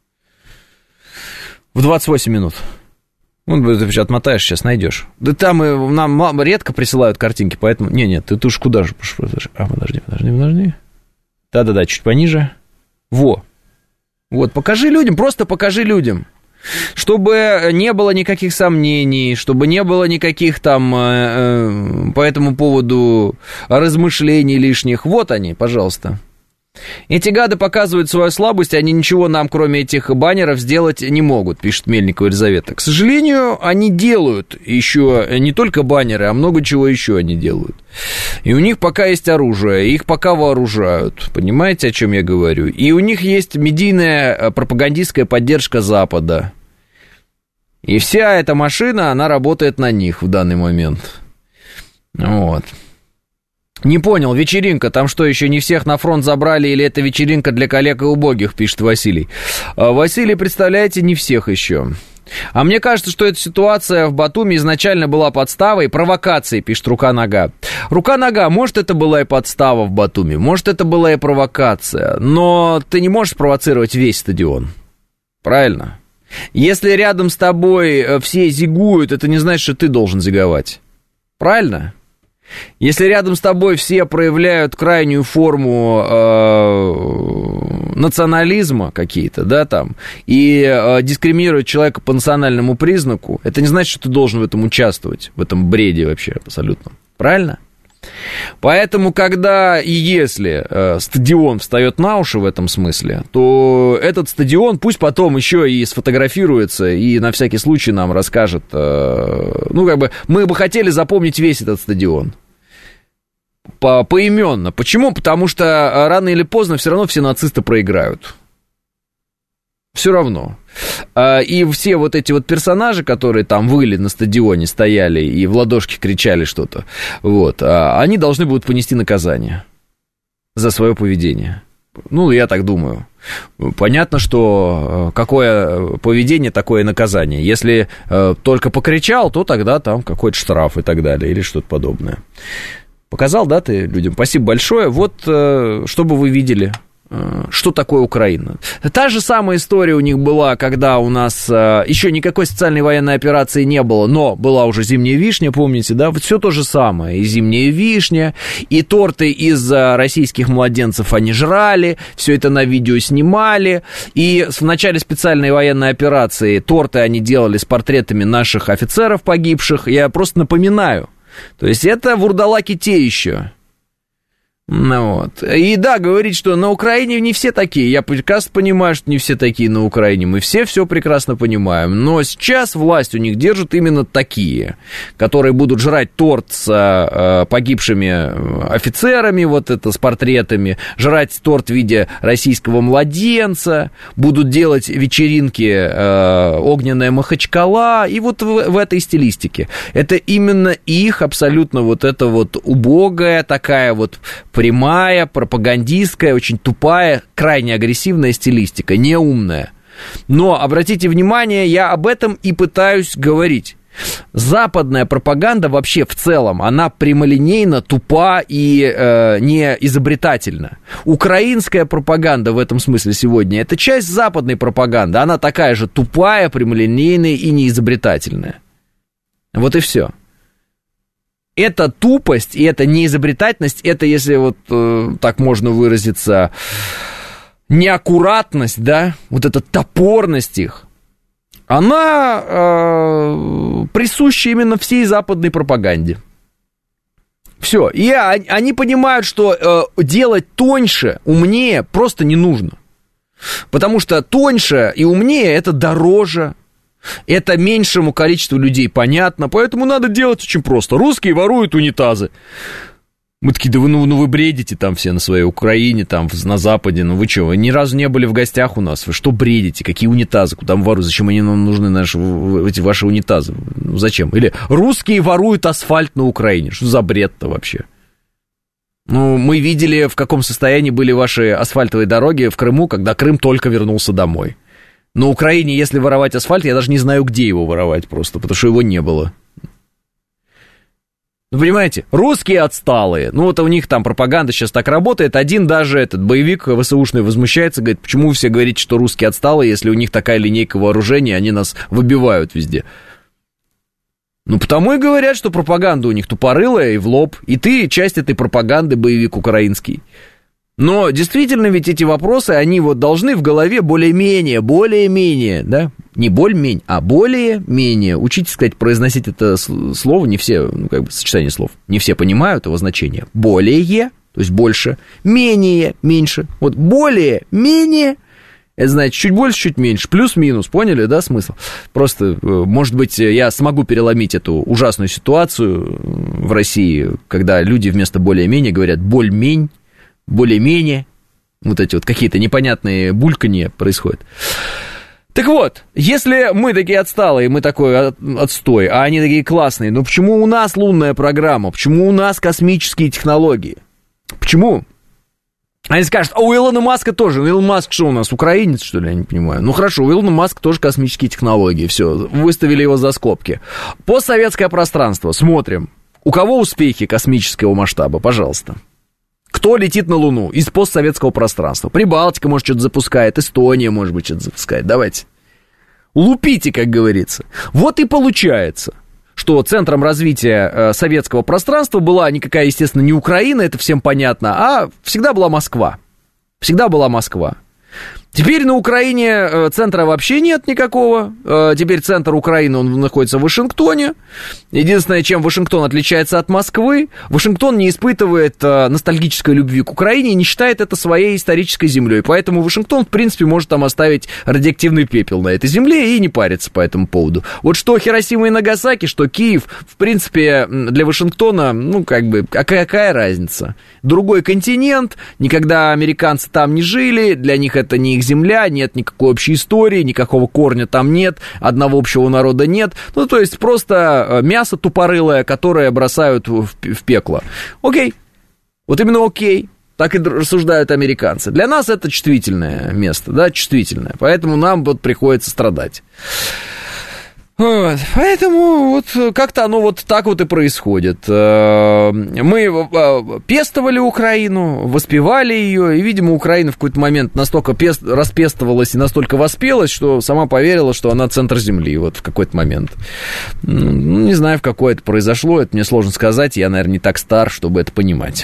в 28 минут. Ты отмотаешь, сейчас найдешь. Да там нам редко присылают картинки, поэтому... Нет, ты уж куда же? Подожди. Да, чуть пониже. Вот, покажи людям, просто покажи людям. Чтобы не было никаких сомнений, чтобы не было никаких там по этому поводу размышлений лишних. Вот они, пожалуйста. Эти гады показывают свою слабость, они ничего нам, кроме этих баннеров, сделать не могут, пишет Мельникова Елизавета. К сожалению, они делают еще не только баннеры, а много чего еще они делают. И у них пока есть оружие, их пока вооружают, понимаете, о чем я говорю? И у них есть медийная пропагандистская поддержка Запада. И вся эта машина, она работает на них в данный момент. Вот. Не понял, вечеринка, там что, еще не всех на фронт забрали, или это вечеринка для коллег и убогих, пишет Василий. Василий, представляете, не всех еще. А мне кажется, что эта ситуация в Батуми изначально была подставой, провокацией, пишет Рука-Нога. Рука-Нога, может, это была и подстава в Батуми, может, это была и провокация, но ты не можешь спровоцировать весь стадион, правильно? Если рядом с тобой все зигуют, это не значит, что ты должен зиговать, правильно? Если рядом с тобой все проявляют крайнюю форму национализма какие-то, да, там, и дискриминируют человека по национальному признаку, это не значит, что ты должен в этом участвовать, в этом бреде вообще абсолютно, правильно? Поэтому, когда и если стадион встает на уши в этом смысле, то этот стадион пусть потом еще и сфотографируется и на всякий случай нам расскажет, ну, как бы, мы бы хотели запомнить весь этот стадион. Поименно. Почему? Потому что рано или поздно все равно все нацисты проиграют. Все равно. И все вот эти вот персонажи, которые там выли на стадионе, стояли и в ладошки кричали что-то, вот, они должны будут понести наказание за свое поведение. Ну, я так думаю. Понятно, что какое поведение, такое наказание. Если только покричал, то тогда там какой-то штраф и так далее, или что-то подобное. Показал, да, ты людям? Спасибо большое. Вот, чтобы вы видели, что такое Украина. Та же самая история у них была, когда у нас еще никакой специальной военной операции не было, но была уже зимняя вишня, помните, да? Вот все то же самое. И зимняя вишня, и торты из российских младенцев они жрали, все это на видео снимали. И в начале специальной военной операции торты они делали с портретами наших офицеров погибших. Я просто напоминаю. То есть это вурдалаки те еще. Ну вот. И да, говорить, что на Украине не все такие. Я прекрасно понимаю, что не все такие на Украине. Мы все прекрасно понимаем. Но сейчас власть у них держит именно такие, которые будут жрать торт с погибшими офицерами, вот это, с портретами, жрать торт в виде российского младенца, будут делать вечеринки огненная Махачкала, и вот в этой стилистике. Это именно их абсолютно вот это вот убогая такая вот прямая, пропагандистская, очень тупая, крайне агрессивная стилистика, неумная. Но, обратите внимание, я об этом и пытаюсь говорить. Западная пропаганда вообще в целом, она прямолинейна, тупа и не изобретательна. Украинская пропаганда в этом смысле сегодня, это часть западной пропаганды, она такая же тупая, прямолинейная и неизобретательная. Вот и все. Это тупость, и это неизобретательность, это, если вот так можно выразиться, неаккуратность, да, вот эта топорность их, она присуща именно всей западной пропаганде. Все, и они понимают, что делать тоньше, умнее просто не нужно. Потому что тоньше и умнее это дороже. Это меньшему количеству людей понятно, поэтому надо делать очень просто. Русские воруют унитазы. Мы такие, да вы бредите там все на своей Украине, там на Западе, ну вы что, вы ни разу не были в гостях у нас, вы что бредите, какие унитазы, куда мы воруем, зачем они нам нужны, эти ваши унитазы, ну зачем? Или русские воруют асфальт на Украине, что за бред-то вообще? Ну, мы видели, в каком состоянии были ваши асфальтовые дороги в Крыму, когда Крым только вернулся домой. На Украине, если воровать асфальт, я даже не знаю, где его воровать просто, потому что его не было. Ну, понимаете, русские отсталые. Ну, вот у них там пропаганда сейчас так работает. Один даже этот боевик ВСУшный возмущается, говорит, почему вы все говорите, что русские отсталые, если у них такая линейка вооружения, они нас выбивают везде. Ну, потому и говорят, что пропаганда у них тупорылая и в лоб. И ты часть этой пропаганды, боевик украинский. Но действительно ведь эти вопросы, они вот должны в голове более-менее, да, не более-менее, а более-менее. Учитесь, кстати, произносить это слово, не все, ну, как бы сочетание слов, не все понимают его значение. Более, то есть больше, менее, меньше. Вот более, менее, это значит чуть больше, чуть меньше, плюс-минус, поняли, да, смысл? Просто, может быть, я смогу переломить эту ужасную ситуацию в России, когда люди вместо более-менее говорят боль-мень, более-менее, вот эти вот какие-то непонятные бульканья происходят. Так вот, если мы такие отсталые, мы такой отстой, а они такие классные, ну почему у нас лунная программа, почему у нас космические технологии? Почему? Они скажут, а у Илона Маска тоже. Илон Маск что у нас, украинец, что ли, я не понимаю. Ну хорошо, у Илона Маска тоже космические технологии, все, выставили его за скобки. Постсоветское пространство, смотрим. У кого успехи космического масштаба, пожалуйста. Кто летит на Луну из постсоветского пространства? Прибалтика, может, что-то запускает, Эстония, может быть, что-то запускает. Давайте. Лупите, как говорится. Вот и получается, что центром развития советского пространства была никакая, естественно, не Украина, это всем понятно, а всегда была Москва. Всегда была Москва. Теперь на Украине центра вообще нет никакого. Теперь центр Украины, он находится в Вашингтоне. Единственное, чем Вашингтон отличается от Москвы, Вашингтон не испытывает ностальгической любви к Украине и не считает это своей исторической землей. Поэтому Вашингтон, в принципе, может там оставить радиоактивный пепел на этой земле и не париться по этому поводу. Вот что Хиросима и Нагасаки, что Киев, в принципе, для Вашингтона, ну, как бы, какая разница? Другой континент, никогда американцы там не жили, для них это не их земля, нет никакой общей истории, никакого корня там нет, одного общего народа нет. Ну, то есть просто мясо тупорылое, которое бросают в пекло. Окей. Вот именно окей. Так и рассуждают американцы. Для нас это чувствительное место, да, чувствительное. Поэтому нам вот приходится страдать. Вот, поэтому вот как-то оно вот так вот и происходит. Мы пестовали Украину, воспевали ее, и, видимо, Украина в какой-то момент настолько распестовалась и настолько воспелась, что сама поверила, что она центр земли вот в какой-то момент. Не знаю, в какой это произошло, это мне сложно сказать, я, наверное, не так стар, чтобы это понимать.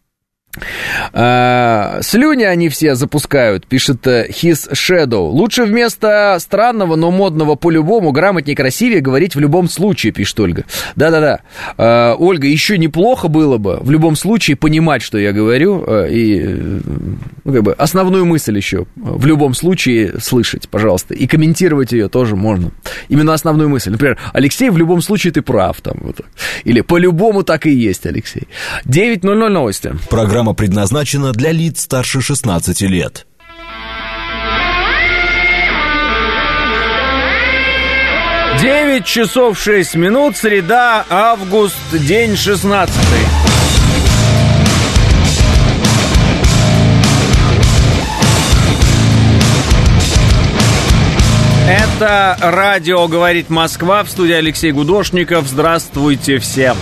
Слюни они все запускают, пишет His Shadow. Лучше вместо странного, но модного по-любому, грамотнее, красивее говорить в любом случае, пишет Ольга. Да-да-да, Ольга, еще неплохо было бы в любом случае понимать, что я говорю, и ну, как бы основную мысль еще в любом случае слышать, пожалуйста, и комментировать ее тоже можно. Именно основную мысль. Например, Алексей, в любом случае ты прав, там, вот. Или по-любому так и есть, Алексей. 9:00 новости. Программа предназначена для лиц старше 16 лет. 9 часов 6 минут, среда, август, день 16. Это радио «Говорит Москва», в студии Алексей Гудошников. Здравствуйте всем.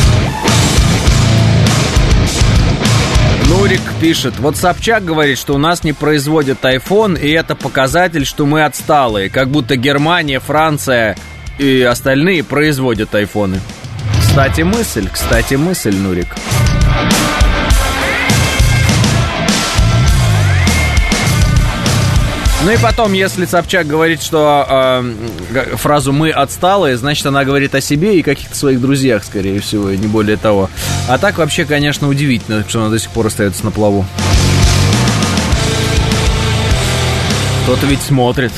Нурик пишет, вот Собчак говорит, что у нас не производят iPhone, и это показатель, что мы отсталые, как будто Германия, Франция и остальные производят айфоны. Кстати, мысль, Нурик. Ну и потом, если Собчак говорит, что фразу «мы отсталые», значит, она говорит о себе и каких-то своих друзьях, скорее всего, и не более того. А так вообще, конечно, удивительно, что она до сих пор остается на плаву. Кто-то ведь смотрит.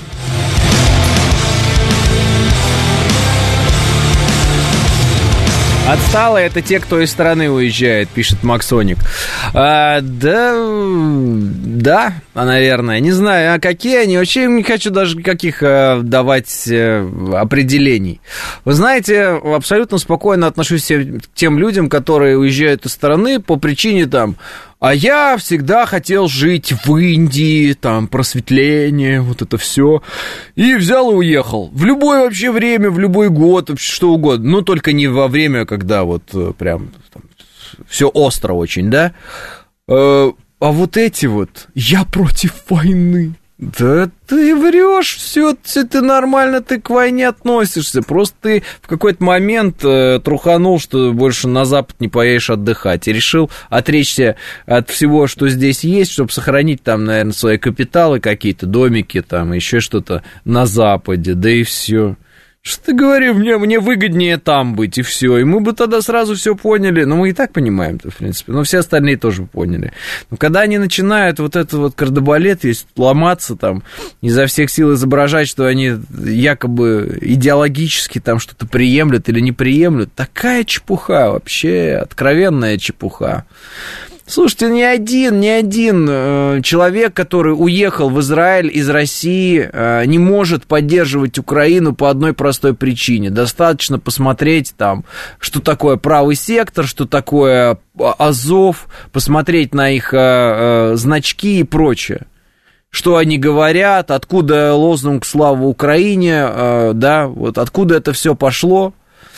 Отсталые — это те, кто из страны уезжает, пишет Максоник. Да, наверное. Не знаю, а какие они? Вообще не хочу даже никаких давать определений. Вы знаете, абсолютно спокойно отношусь к тем людям, которые уезжают из страны по причине там... А я всегда хотел жить в Индии, там, просветление, вот это все. И взял и уехал. В любое вообще время, в любой год, вообще что угодно. Но только не во время, когда вот прям все остро очень, да? А вот эти вот, я против войны. Да ты врешь, все ты нормально, ты к войне относишься. Просто ты в какой-то момент труханул, что больше на Запад не поедешь отдыхать. И решил отречься от всего, что здесь есть, чтобы сохранить там, наверное, свои капиталы какие-то, домики там, еще что-то на Западе. Да и все. Что ты говоришь, мне выгоднее там быть, и все. И мы бы тогда сразу все поняли. Но мы и так понимаем-то, в принципе. Но все остальные тоже поняли. Но когда они начинают вот этот вот кардебалет весь ломаться там, изо всех сил изображать, что они якобы идеологически там что-то приемлют или не приемлют, такая чепуха вообще, откровенная чепуха. Слушайте, ни один человек, который уехал в Израиль из России, не может поддерживать Украину по одной простой причине. Достаточно посмотреть там, что такое правый сектор, что такое Азов, посмотреть на их значки и прочее. Что они говорят, откуда лозунг «Слава Украине», да, вот откуда это все пошло.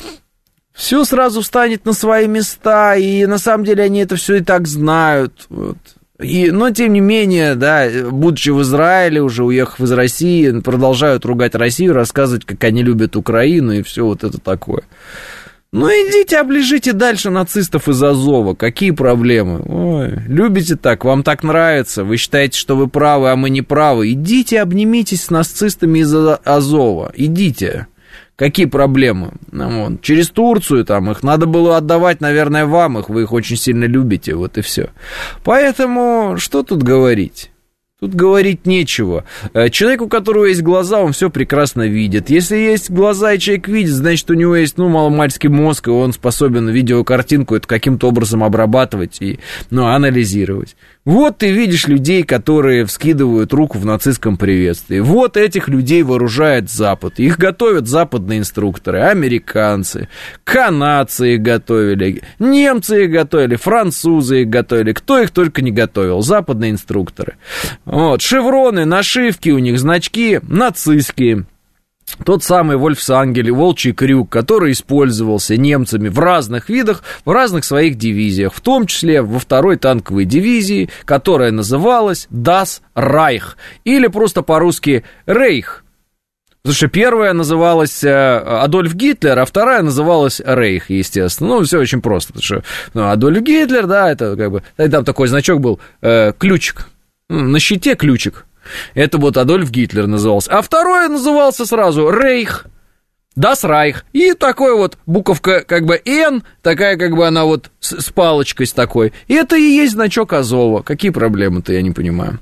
Все сразу встанет на свои места, и на самом деле они это все и так знают. Вот. Но, тем не менее, да, будучи в Израиле, уже уехав из России, продолжают ругать Россию, рассказывать, как они любят Украину, и все вот это такое. Ну, идите, оближите дальше нацистов из Азова. Какие проблемы? Ой, любите так, вам так нравится, вы считаете, что вы правы, а мы не правы. Идите, обнимитесь с нацистами из Азова. Идите. Какие проблемы? Вот. Через Турцию там их надо было отдавать, наверное, вам их, вы их очень сильно любите, вот и все. Поэтому что тут говорить? Тут говорить нечего. Человек, у которого есть глаза, он все прекрасно видит. Если есть глаза, и человек видит, значит, у него есть, маломальский мозг, и он способен видеокартинку это каким-то образом обрабатывать и, анализировать. Вот ты видишь людей, которые вскидывают руку в нацистском приветствии. Вот этих людей вооружает Запад. Их готовят западные инструкторы, американцы, канадцы их готовили, немцы их готовили, французы их готовили. Кто их только не готовил, западные инструкторы. Вот, шевроны, нашивки у них, значки нацистские. Тот самый Вольфсангель, волчий крюк, который использовался немцами в разных видах, в разных своих дивизиях, в том числе во 2-й танковой дивизии, которая называлась Das Reich, или просто по-русски Рейх. Потому что первая называлась Адольф Гитлер, а вторая называлась Рейх, естественно. Все очень просто, потому что Адольф Гитлер, да, это как бы, там такой значок был, ключик, на щите ключик. Это вот Адольф Гитлер назывался. А второе назывался сразу Рейх, Das Reich. И такой вот буковка как бы Н, такая как бы она вот с палочкой с такой. И это и есть значок Азова. Какие проблемы-то, я не понимаю.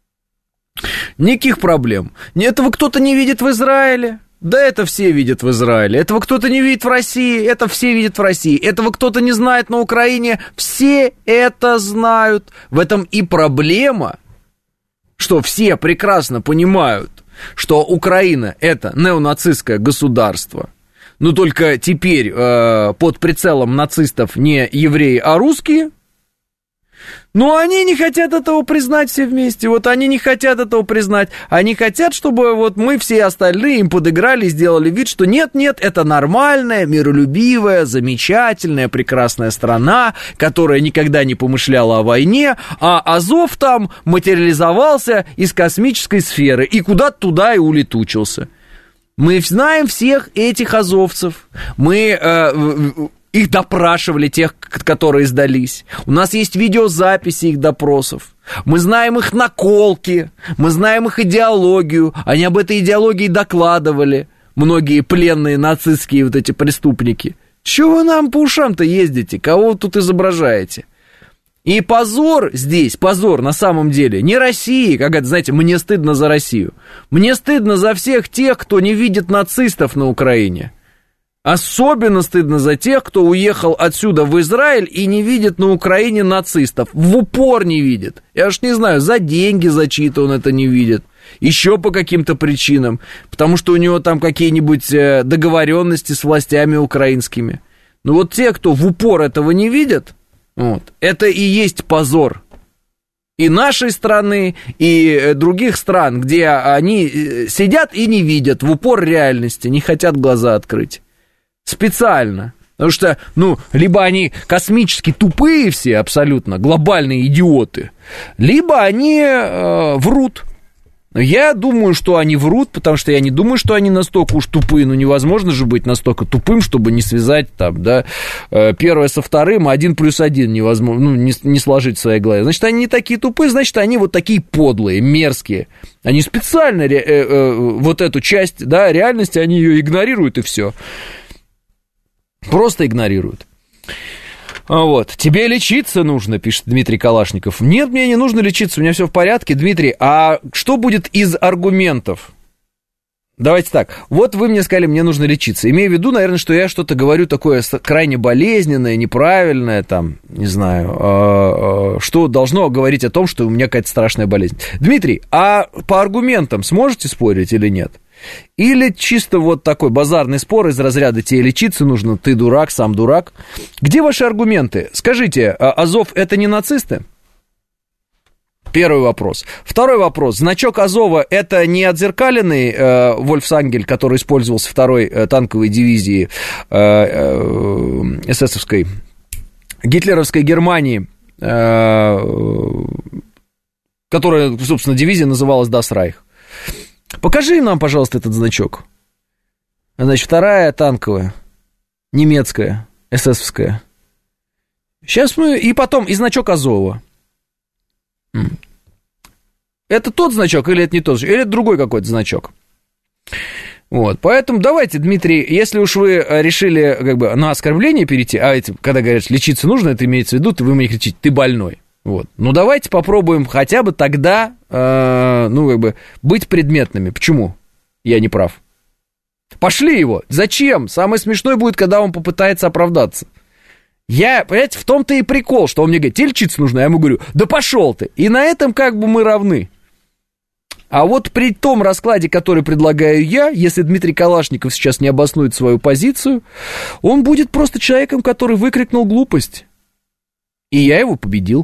Никаких проблем. Этого кто-то не видит в Израиле. Да это все видят в Израиле. Этого кто-то не видит в России. Это все видят в России. Этого кто-то не знает на Украине. Все это знают. В этом и проблема, что все прекрасно понимают, что Украина – это неонацистское государство, но только теперь под прицелом нацистов не евреи, а русские. Но они не хотят этого признать все вместе. Вот они не хотят этого признать. Они хотят, чтобы вот мы все остальные им подыграли, сделали вид, что нет-нет, это нормальная, миролюбивая, замечательная, прекрасная страна, которая никогда не помышляла о войне, а Азов там материализовался из космической сферы и куда-то туда и улетучился. Мы знаем всех этих азовцев. Мы... Их допрашивали, тех, которые сдались. У нас есть видеозаписи их допросов. Мы знаем их наколки, мы знаем их идеологию. Они об этой идеологии докладывали. Многие пленные нацистские вот эти преступники. Чего вы нам по ушам-то ездите? Кого вы тут изображаете? И позор здесь, позор на самом деле, не России, как это, знаете, мне стыдно за Россию. Мне стыдно за всех тех, кто не видит нацистов на Украине. Особенно стыдно за тех, кто уехал отсюда в Израиль и не видит на Украине нацистов. В упор не видит. Я уж не знаю, за деньги за чьи-то он это не видит. Еще по каким-то причинам. Потому что у него там какие-нибудь договоренности с властями украинскими. Но вот те, кто в упор этого не видят, вот, это и есть позор. И нашей страны, и других стран, где они сидят и не видят в упор реальности, не хотят глаза открыть. Специально. Потому что, либо они космически тупые все абсолютно, глобальные идиоты, либо они врут. Я думаю, что они врут, потому что я не думаю, что они настолько уж тупые. Ну, невозможно же быть настолько тупым, чтобы не связать там, да, первое со вторым, 1 + 1 невозможно, ну, не сложить в своей голове. Значит, они не такие тупые, значит, они вот такие подлые, мерзкие. Они специально вот эту часть, да, реальности, они ее игнорируют, и все. Просто игнорируют. Вот. Тебе лечиться нужно, пишет Дмитрий Калашников. Нет, мне не нужно лечиться, у меня все в порядке. Дмитрий, а что будет из аргументов? Давайте так. Вот вы мне сказали, мне нужно лечиться. Имею в виду, наверное, что я что-то говорю такое крайне болезненное, неправильное, там, не знаю, что должно говорить о том, что у меня какая-то страшная болезнь. Дмитрий, а по аргументам сможете спорить или нет? Или чисто вот такой базарный спор из разряда «тебе лечиться нужно, ты дурак, сам дурак». Где ваши аргументы? Скажите, Азов — это не нацисты? Первый вопрос. Второй вопрос. Значок Азова — это не отзеркаленный Вольфсангель, который использовался второй танковой дивизии эсэсовской, гитлеровской Германии, которая, собственно, дивизия называлась Das Reich. Покажи нам, пожалуйста, этот значок. Значит, вторая танковая, немецкая, эсэсовская. Сейчас мы... И потом, и значок Азова. Это тот значок или это не тот? Или это другой какой-то значок? Вот, поэтому давайте, Дмитрий, если уж вы решили как бы на оскорбление перейти, а эти, когда говорят, лечиться нужно, это имеется в виду, вы мне кричите, ты больной. Вот. Ну, давайте попробуем хотя бы тогда, ну, как бы, быть предметными. Почему я не прав? Пошли его. Зачем? Самое смешное будет, когда он попытается оправдаться. Понимаете, в том-то и прикол, что он мне говорит, тебе лечиться нужно, я ему говорю, да пошел ты. И на этом как бы мы равны. А вот при том раскладе, который предлагаю я, если Дмитрий Калашников сейчас не обоснует свою позицию, он будет просто человеком, который выкрикнул глупость. И я его победил.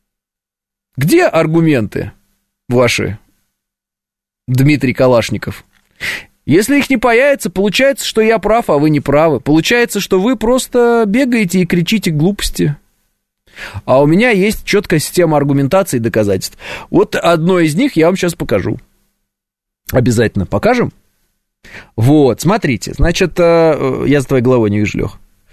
Где аргументы ваши, Дмитрий Калашников? Если их не появится, получается, что я прав, а вы не правы. Получается, что вы просто бегаете и кричите глупости. А у меня есть четкая система аргументации и доказательств. Вот одно из них я вам сейчас покажу. Обязательно покажем? Вот, смотрите. Значит, я за твоей головой не вижу, Лех.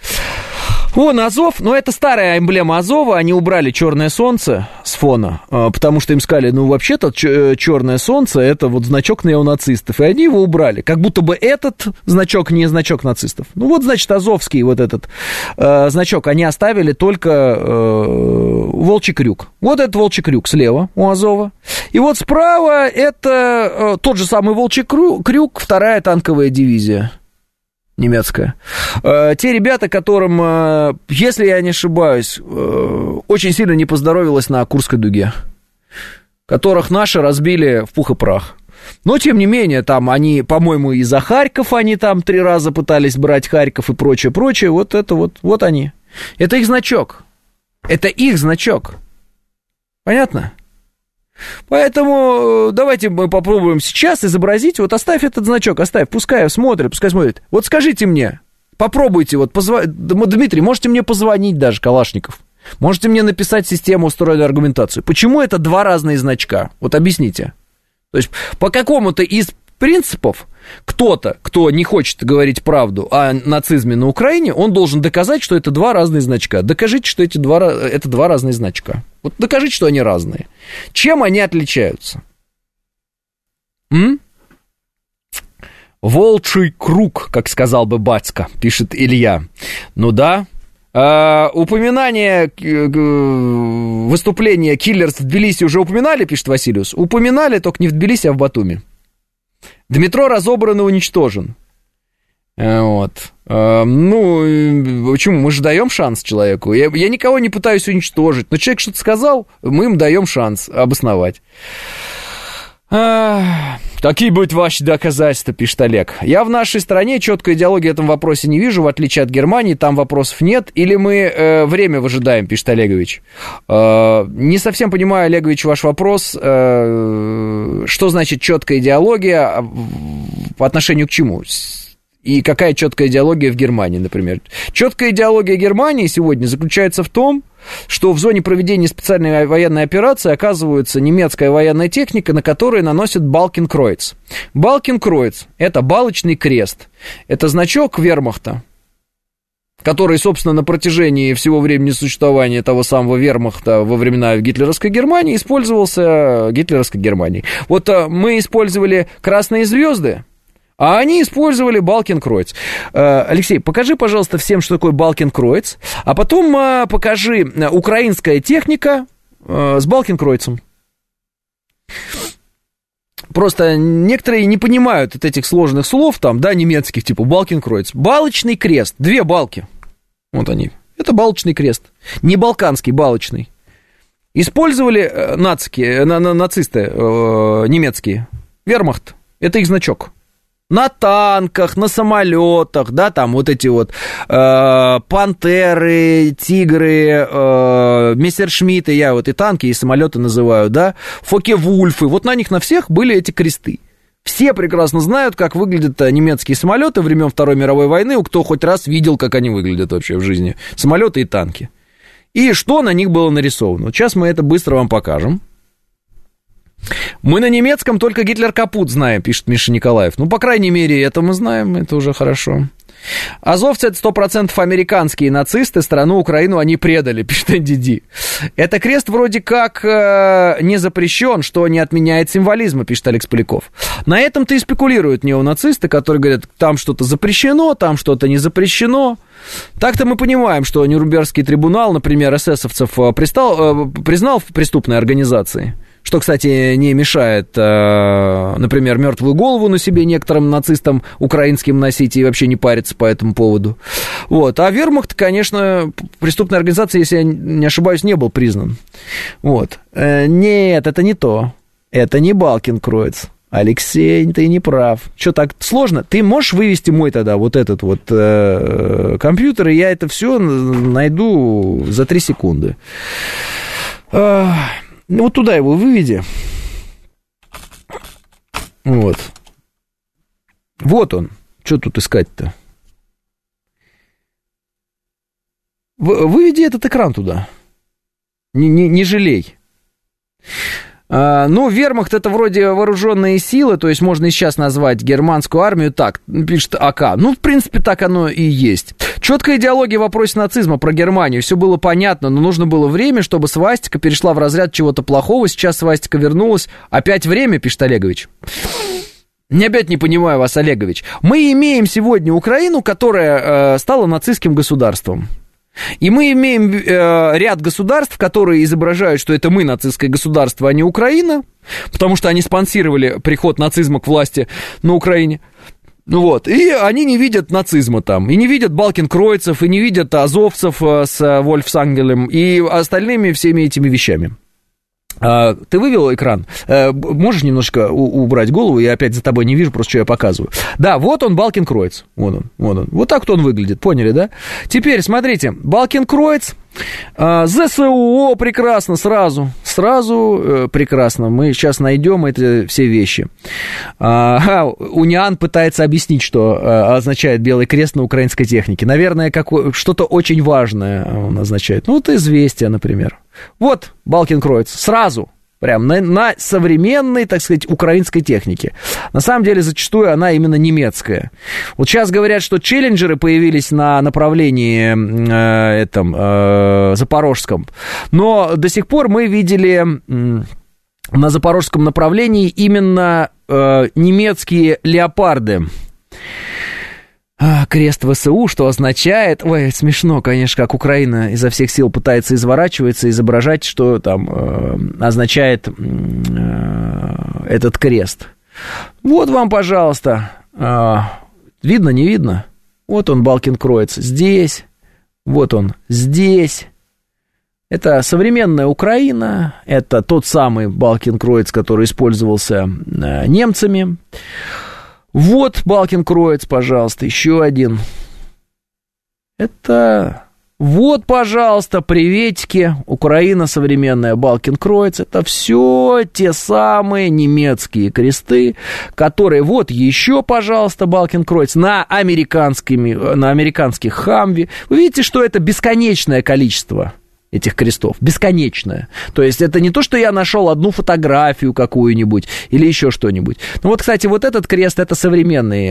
Вон Азов, но это старая эмблема Азова, они убрали черное солнце с фона, потому что им сказали, ну вообще-то черное солнце это вот значок неонацистов, и они его убрали, как будто бы этот значок не значок нацистов. Ну вот, значит, азовский вот этот значок они оставили только волчий крюк. Вот этот волчий крюк слева у Азова, и вот справа это тот же самый волчий крюк, вторая танковая дивизия. Немецкая. Те ребята, которым, если я не ошибаюсь, очень сильно не поздоровилось на Курской дуге, которых наши разбили в пух и прах. Но, тем не менее, там они, по-моему, и за Харьков они там 3 раза пытались брать Харьков и прочее, вот это вот они. Это их значок. Это их значок. Понятно? Поэтому давайте мы попробуем сейчас изобразить, вот оставь этот значок, оставь, пускай смотрит. Вот скажите мне, попробуйте, вот Дмитрий, можете мне позвонить даже, Калашников, можете мне написать систему устроенную аргументацию. Почему это 2 разные значка? Вот объясните. То есть по какому-то из принципов кто-то, кто не хочет говорить правду о нацизме на Украине, он должен доказать, что это 2 разные значка. Докажите, что это 2 разные значка. Вот докажите, что они разные. Чем они отличаются? Волчий круг, как сказал бы батька, пишет Илья. Ну да. Упоминание выступления киллерс в Тбилиси уже упоминали, пишет Василиус. Упоминали, только не в Тбилиси, а в Батуми. Дмитро разобран и уничтожен. Вот. Ну, почему? Мы же даем шанс человеку. Я никого не пытаюсь уничтожить. Но человек что-то сказал, мы им даем шанс обосновать. Какие будут ваши доказательства, пишет Олег. Я в нашей стране четкой идеологии в этом вопросе не вижу, в отличие от Германии, там вопросов нет. Или мы время выжидаем, пишет Олегович. Не совсем понимаю, Олегович, ваш вопрос. Что значит четкая идеология? По отношению к чему? И какая четкая идеология в Германии, например? Четкая идеология Германии сегодня заключается в том, что в зоне проведения специальной военной операции оказывается немецкая военная техника, на которой наносят Балкенкройц. Балкенкройц – это балочный крест. Это значок вермахта, который, собственно, на протяжении всего времени существования того самого вермахта во времена гитлеровской Германии использовался гитлеровской Германией. Вот мы использовали красные звезды, а они использовали Балкенкройц. Алексей, покажи, пожалуйста, всем, что такое Балкенкройц, а потом покажи украинская техника с Балкенкройцем. Просто некоторые не понимают от этих сложных слов, там, да, немецких, типа Балкенкройц. Балочный крест, 2 балки. Вот они. Это балочный крест. Не балканский, балочный. Использовали нацисты немецкие. Вермахт. Это их значок. На танках, на самолетах, да, там вот эти вот пантеры, тигры, мессершмитты, я вот и танки, и самолеты называю, да, фоке-вульфы, вот на них на всех были эти кресты. Все прекрасно знают, как выглядят немецкие самолеты времен Второй мировой войны, кто хоть раз видел, как они выглядят вообще в жизни, самолеты и танки. И что на них было нарисовано. Вот сейчас мы это быстро вам покажем. Мы на немецком только Гитлер капут знаем, пишет Миша Николаев. Ну, по крайней мере, это мы знаем, это уже хорошо. Азовцы — это 100% американские нацисты, страну Украину они предали, пишет НДД. Это крест вроде как не запрещен, что не отменяет символизма, пишет Алекс Поляков. На этом-то и спекулируют неонацисты, которые говорят, там что-то запрещено, там что-то не запрещено. Так-то мы понимаем, что Нюрнбергский трибунал, например, эсэсовцев признал преступной организацией. Что, кстати, не мешает, например, мертвую голову на себе некоторым нацистам украинским носить и вообще не париться по этому поводу. Вот. А вермахт, конечно, преступной организацией, если я не ошибаюсь, не был признан. Вот. Нет, это не то. Это не Балкенкройц. Алексей, ты не прав. Что, так сложно? Ты можешь вывести мой тогда вот этот вот компьютер, и я это все найду за 3 секунды. Ну, вот туда его выведи. Вот. Вот он. Что тут искать-то? Выведи этот экран туда. Не жалей. Ну, вермахт — это вроде вооруженные силы, то есть можно и сейчас назвать германскую армию так, пишет АК. Ну, в принципе, так оно и есть. Четкая идеология в вопросе нацизма про Германию. Все было понятно, но нужно было время, чтобы свастика перешла в разряд чего-то плохого. Сейчас свастика вернулась. Опять время, пишет Олегович. Я опять не понимаю вас, Олегович. Мы имеем сегодня Украину, которая стала нацистским государством. И мы имеем ряд государств, которые изображают, что это мы нацистское государство, а не Украина, потому что они спонсировали приход нацизма к власти на Украине. Вот. И они не видят нацизма там, и не видят Балкенкройцев, и не видят азовцев с Вольфсангелем, и остальными всеми этими вещами. Ты вывел экран? Можешь немножко убрать голову? Я опять за тобой не вижу, просто что я показываю. Да, вот он, Балкенкройц. Вот он. Вот так-то он выглядит, поняли, да? Теперь, смотрите, Балкенкройц, ЗСУ, прекрасно, сразу прекрасно. Мы сейчас найдем эти все вещи. Униан пытается объяснить, что означает белый крест на украинской технике. Наверное, что-то очень важное он означает. Ну, вот известие, например. Вот Балкенкройц, сразу, прям на современной, так сказать, украинской технике. На самом деле, зачастую она именно немецкая. Вот сейчас говорят, что челленджеры появились на направлении запорожском, но до сих пор мы видели на запорожском направлении именно немецкие леопарды. Крест ВСУ, что означает... Ой, смешно, конечно, как Украина изо всех сил пытается изворачиваться, изображать, что там означает этот крест. Вот вам, пожалуйста. Видно, не видно? Вот он, Балкенкройц, здесь. Вот он, здесь. Это современная Украина. Это тот самый Балкенкройц, который использовался немцами. Вот Балкенкройц, пожалуйста, еще один. Это Вот, пожалуйста, приветики, Украина современная, Балкенкройц, это все те самые немецкие кресты, которые, вот еще, пожалуйста, Балкенкройц на американских Хамви. Вы видите, что это бесконечное количество этих крестов, бесконечное. То есть это не то, что я нашел одну фотографию какую-нибудь или еще что-нибудь. Ну вот, кстати, вот этот крест, это современный,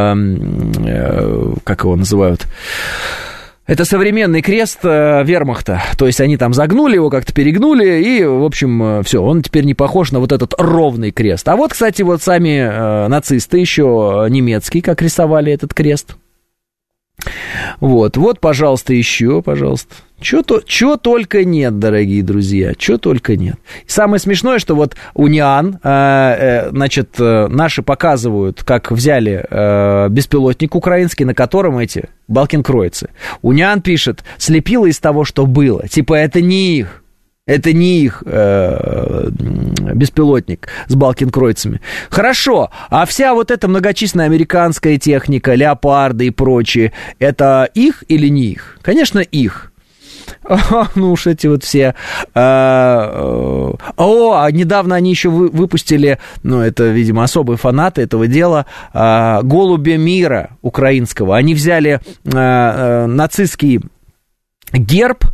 как его называют? Это современный крест вермахта, то есть они там загнули его, как-то перегнули, и, в общем, все, он теперь не похож на вот этот ровный крест. А вот, кстати, вот сами нацисты еще немецкие, как рисовали этот крест. Вот, пожалуйста, еще, пожалуйста. Чего только нет, дорогие друзья, чего только нет. И самое смешное, что вот Униан, значит, наши показывают, как взяли беспилотник украинский, на котором эти балкенкройцы. Униан пишет, слепило из того, что было. Типа, это не их. Это не их беспилотник с балкенкройцами. Хорошо, а вся вот эта многочисленная американская техника, леопарды и прочее, это их или не их? Конечно, их. Ну уж эти вот все. А недавно они еще выпустили, ну это, видимо, особые фанаты этого дела, голубя мира украинского. Они взяли нацистский герб,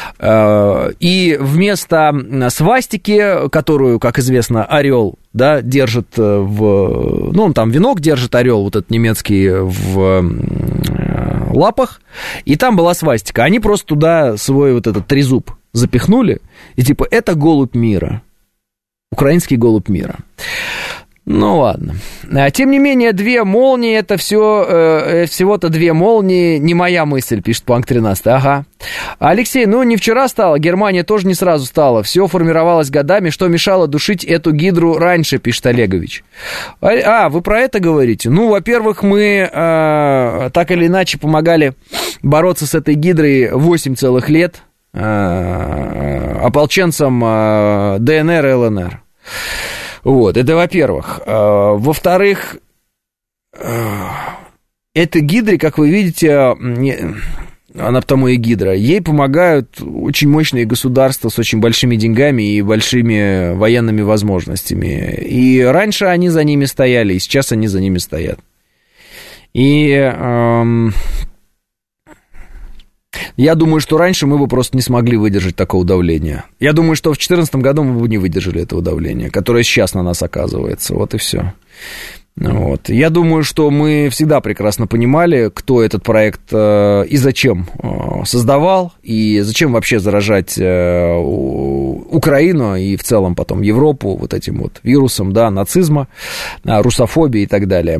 и вместо свастики, которую, как известно, орел, да, держит в... Ну, он там венок держит, орел вот этот немецкий в лапах, и там была свастика. Они просто туда свой вот этот трезуб запихнули, и типа, это голубь мира. Украинский голубь мира. Ну, ладно. Тем не менее, 2 молнии, это все, всего-то 2 молнии, не моя мысль, пишет Панк 13. Ага. Алексей, ну, не вчера стало, Германия тоже не сразу стала. Все формировалось годами, что мешало душить эту гидру раньше, пишет Олегович. Вы про это говорите? Ну, во-первых, мы так или иначе помогали бороться с этой гидрой 8 целых лет ополченцам ДНР и ЛНР. Вот, это во-первых. Во-вторых, этой гидре, как вы видите, она потому и гидра, ей помогают очень мощные государства с очень большими деньгами и большими военными возможностями. И раньше они за ними стояли, и сейчас они за ними стоят. И я думаю, что раньше мы бы просто не смогли выдержать такого давления. Я думаю, что в 2014 году мы бы не выдержали этого давления, которое сейчас на нас оказывается. Вот и все. Вот. Я думаю, что мы всегда прекрасно понимали, кто этот проект и зачем создавал, и зачем вообще заражать Украину и в целом потом Европу вот этим вот вирусом, да, нацизма, русофобии и так далее.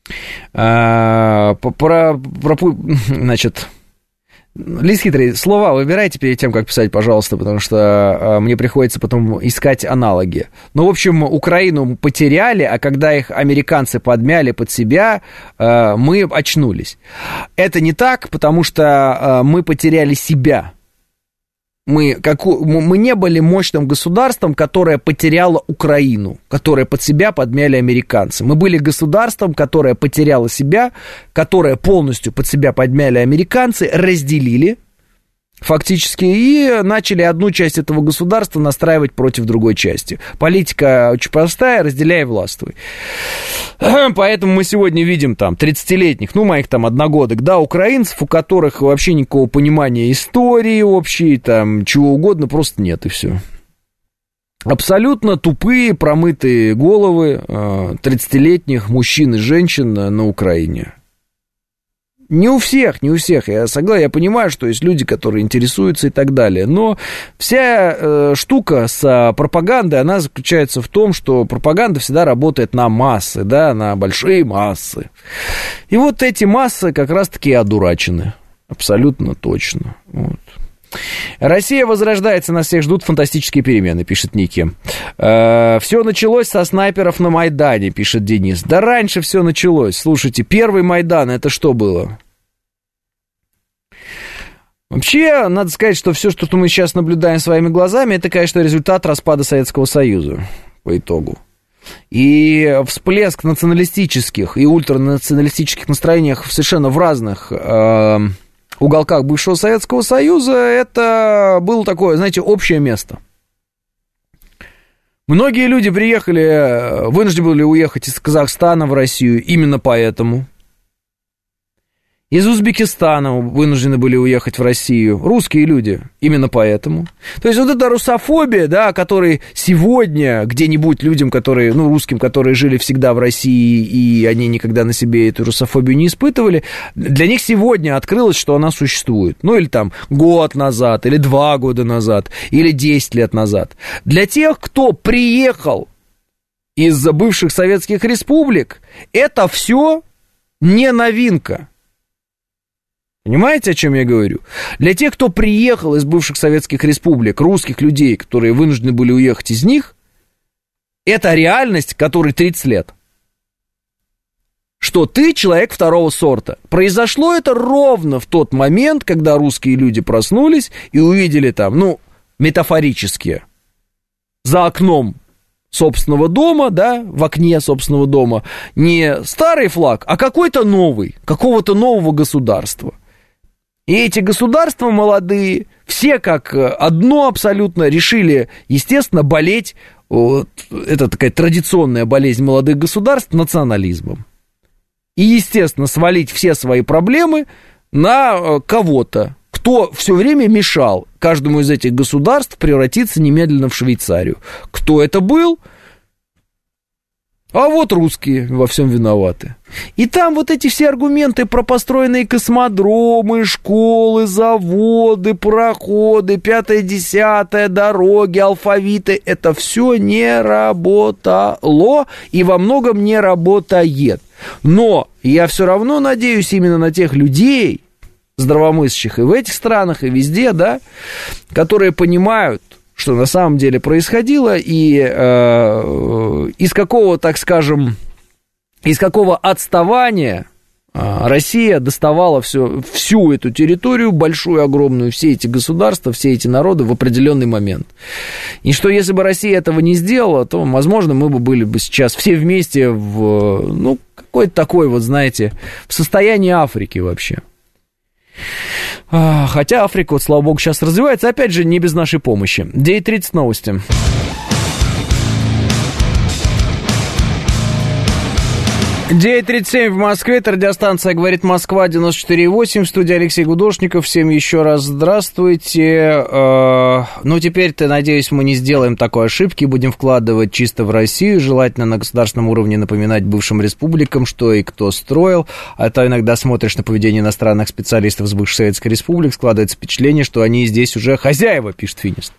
Значит... Лиз Хитрый, слова выбирайте перед тем, как писать, пожалуйста, потому что мне приходится потом искать аналоги. Ну, в общем, Украину потеряли, а когда их американцы подмяли под себя, мы очнулись. Это не так, потому что мы потеряли себя. Мы не были мощным государством, которое потеряло Украину, которое под себя подмяли американцы. Мы были государством, которое потеряло себя, которое полностью под себя подмяли американцы, разделили фактически и начали одну часть этого государства настраивать против другой части. Политика очень простая, разделяй и властвуй. Поэтому мы сегодня видим там 30-летних, ну, моих там одногодок, да, украинцев, у которых вообще никакого понимания истории общей, там, чего угодно, просто нет, и все. Абсолютно тупые, промытые головы 30-летних мужчин и женщин на Украине. Не у всех, я согласен, я понимаю, что есть люди, которые интересуются и так далее, но вся штука с пропагандой, она заключается в том, что пропаганда всегда работает на массы, да, на большие массы. И вот эти массы как раз-таки одурачены, абсолютно точно, вот. Россия возрождается, нас всех ждут фантастические перемены, пишет Ники. Все началось со снайперов на Майдане, пишет Денис. Да раньше все началось. Слушайте, первый Майдан, это что было? Вообще, надо сказать, что все, что мы сейчас наблюдаем своими глазами, это, конечно, результат распада Советского Союза по итогу. И всплеск националистических и ультранационалистических настроениях совершенно в разных уголках бывшего Советского Союза, это было такое, знаете, общее место. Многие люди приехали, вынуждены были уехать из Казахстана в Россию именно поэтому. Из Узбекистана вынуждены были уехать в Россию русские люди, именно поэтому. То есть вот эта русофобия, да, о которой сегодня где-нибудь людям, которые, ну, русским, которые жили всегда в России, и они никогда на себе эту русофобию не испытывали, для них сегодня открылось, что она существует. Ну, или там год назад, или 2 года назад, или 10 лет назад. Для тех, кто приехал из бывших советских республик, это все не новинка. Понимаете, о чем я говорю? Для тех, кто приехал из бывших советских республик, русских людей, которые вынуждены были уехать из них, это реальность, которой 30 лет. Что ты человек второго сорта. Произошло это ровно в тот момент, когда русские люди проснулись и увидели там, ну, метафорически, за окном собственного дома, да, в окне собственного дома, не старый флаг, а какой-то новый, какого-то нового государства. И эти государства молодые, все как одно абсолютно решили, естественно, болеть, вот, это такая традиционная болезнь молодых государств, национализмом. И, естественно, свалить все свои проблемы на кого-то, кто все время мешал каждому из этих государств превратиться немедленно в Швейцарию. Кто это был? А вот русские во всем виноваты. И там вот эти все аргументы про построенные космодромы, школы, заводы, пароходы, 5-10, дороги, алфавиты, это все не работало и во многом не работает. Но я все равно надеюсь именно на тех людей, здравомыслящих и в этих странах, и везде, да, которые понимают, что на самом деле происходило, и из какого, так скажем, из какого отставания Россия доставала всю эту территорию, большую, огромную, все эти государства, все эти народы в определенный момент. И что если бы Россия этого не сделала, то, возможно, мы бы были бы сейчас все вместе в, ну, какой-то такой вот, знаете, в состоянии Африки вообще. Хотя Африка, вот, слава богу, сейчас развивается, опять же, не без нашей помощи. 9:30 новости. (9:37) в Москве, это радиостанция «Говорит Москва», 94,8, в студии Алексей Гудошников. Всем еще раз здравствуйте. Ну, теперь-то, надеюсь, мы не сделаем такой ошибки, будем вкладывать чисто в Россию, желательно на государственном уровне напоминать бывшим республикам, что и кто строил. А то иногда смотришь на поведение иностранных специалистов с бывших советских республик, складывается впечатление, что они здесь уже хозяева, пишет Финист.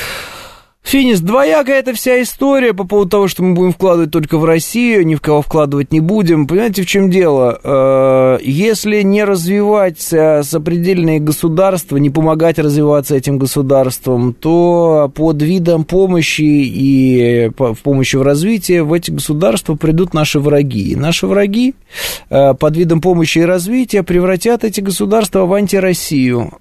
Финист, двоякая эта вся история по поводу того, что мы будем вкладывать только в Россию, ни в кого вкладывать не будем. Понимаете, в чем дело? Если не развивать сопредельные государства, не помогать развиваться этим государствам, то под видом помощи и в помощи в развитии в эти государства придут наши враги. И наши враги под видом помощи и развития превратят эти государства в антироссию.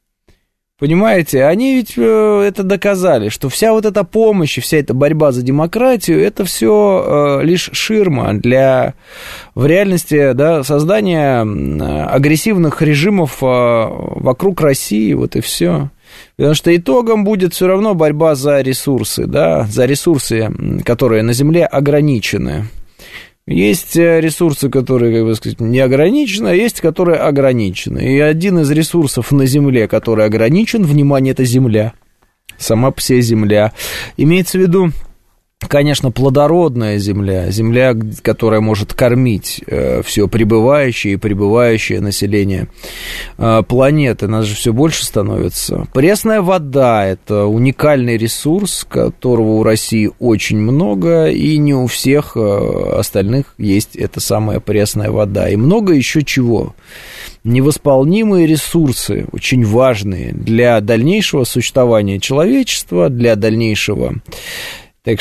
Понимаете, они ведь это доказали, что вся вот эта помощь, вся эта борьба за демократию, это все лишь ширма для, в реальности, да, создания агрессивных режимов вокруг России, вот и все. Потому что итогом будет все равно борьба за ресурсы, да, за ресурсы, которые на Земле ограничены. Есть ресурсы, которые, как бы сказать, не ограничены, а есть, которые ограничены. И один из ресурсов на Земле, который ограничен, внимание, это Земля. Сама по себе Земля. Имеется в виду, конечно, плодородная земля, земля, которая может кормить все прибывающее и прибывающее население планеты. Нас же все больше становится. Пресная вода – это уникальный ресурс, которого у России очень много, и не у всех остальных есть эта самая пресная вода. И много еще чего. Невосполнимые ресурсы, очень важные для дальнейшего существования человечества, для дальнейшего, так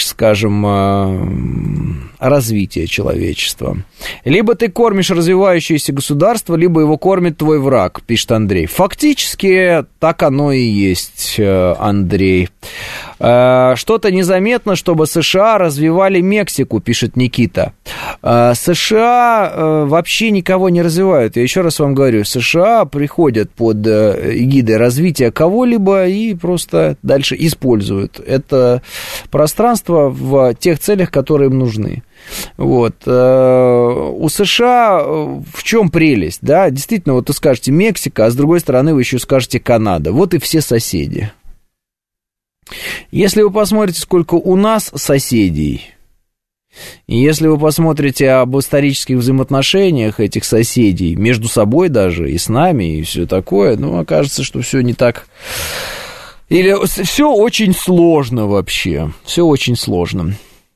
скажем, развития человечества. Либо ты кормишь развивающееся государство, либо его кормит твой враг, пишет Андрей. Фактически так оно и есть, Андрей. Что-то незаметно, чтобы США развивали Мексику, пишет Никита. США вообще никого не развивают. Я еще раз вам говорю, США приходят под эгидой развития кого-либо и просто дальше используют это пространство в тех целях, которые им нужны. Вот. У США в чем прелесть? Да? Действительно, вот вы скажете Мексика, а с другой стороны вы еще скажете Канада. Вот и все соседи. Если вы посмотрите, сколько у нас соседей, и если вы посмотрите об исторических взаимоотношениях этих соседей, между собой даже, и с нами, и все такое, ну, окажется, что все не так... Или все очень сложно вообще, все очень сложно.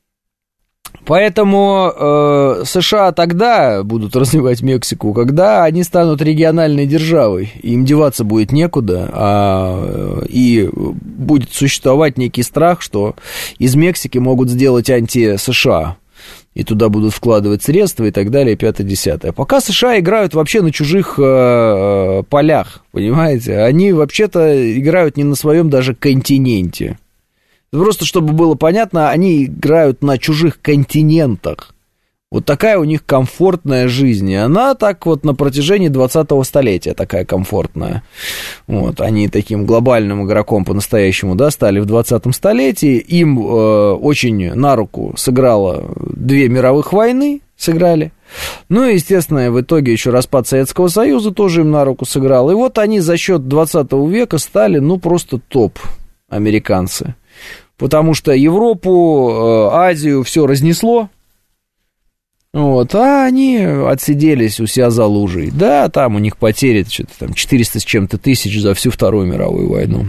Поэтому США тогда будут развивать Мексику, когда они станут региональной державой, им деваться будет некуда, и будет существовать некий страх, что из Мексики могут сделать анти-США, и туда будут вкладывать средства и так далее, 5-10. Пока США играют вообще на чужих полях, понимаете, они вообще-то играют не на своем даже континенте. Просто, чтобы было понятно, они играют на чужих континентах. Вот такая у них комфортная жизнь. И она так вот на протяжении 20-го столетия такая комфортная. Вот, они таким глобальным игроком по-настоящему, да, стали в 20-м столетии. Им очень на руку сыграло 2 мировых войны, сыграли. Ну и, естественно, в итоге еще распад Советского Союза тоже им на руку сыграл. И вот они за счет 20 века стали, ну, просто топ, американцы. Потому что Европу, Азию все разнесло, вот, а они отсиделись у себя за лужей. Да, там у них потери что-то там 400 с чем-то тысяч за всю Вторую мировую войну.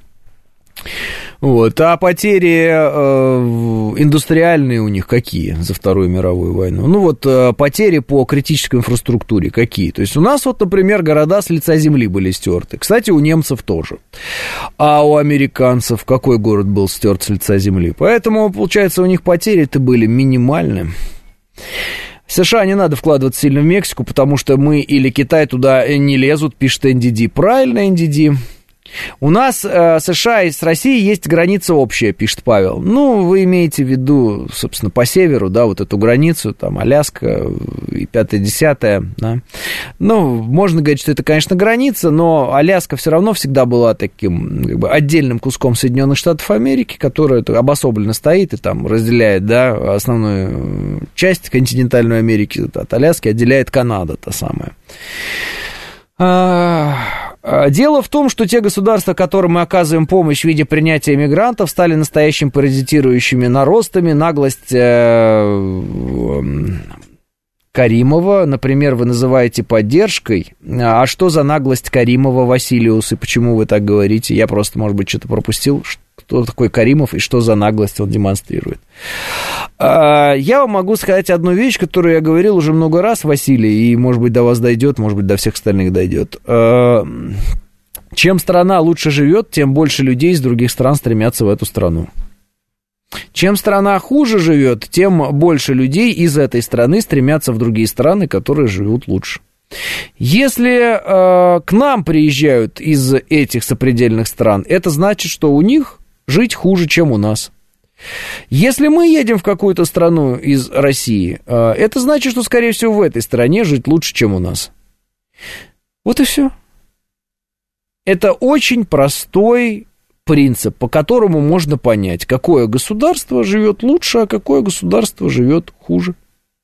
Вот, а потери индустриальные у них какие за Вторую мировую войну? Ну вот потери по критической инфраструктуре какие? То есть у нас вот, например, города с лица земли были стерты. Кстати, у немцев тоже. А у американцев какой город был стерт с лица земли? Поэтому, получается, у них потери-то были минимальны. США не надо вкладываться сильно в Мексику, потому что мы или Китай туда не лезут, пишет NDD. Правильно, NDD. У нас США и с Россией есть граница общая, пишет Павел. Ну, вы имеете в виду, собственно, по северу, да, вот эту границу, там, Аляска и 5-10, да. Ну, можно говорить, что это, конечно, граница, но Аляска все равно всегда была таким, как бы, отдельным куском Соединенных Штатов Америки, которая обособленно стоит и там разделяет, да, основную часть континентальной Америки от Аляски, отделяет Канада, та самая. Дело в том, что те государства, которым мы оказываем помощь в виде принятия мигрантов, стали настоящими паразитирующими наростами. Наглость Каримова, например, вы называете поддержкой. А что за наглость Каримова, Василиус, и почему вы так говорите? Я просто, может быть, что-то пропустил. Кто такой Каримов и что за наглость он демонстрирует? Я вам могу сказать одну вещь, которую я говорил уже много раз, Василий, и, может быть, до вас дойдет, может быть, до всех остальных дойдет. Чем страна лучше живет, тем больше людей из других стран стремятся в эту страну. Чем страна хуже живет, тем больше людей из этой страны стремятся в другие страны, которые живут лучше. Если к нам приезжают из этих сопредельных стран, это значит, что у них жить хуже, чем у нас. Если мы едем в какую-то страну из России, это значит, что, скорее всего, в этой стране жить лучше, чем у нас. Вот и все. Это очень простой принцип, по которому можно понять, какое государство живет лучше, а какое государство живет хуже.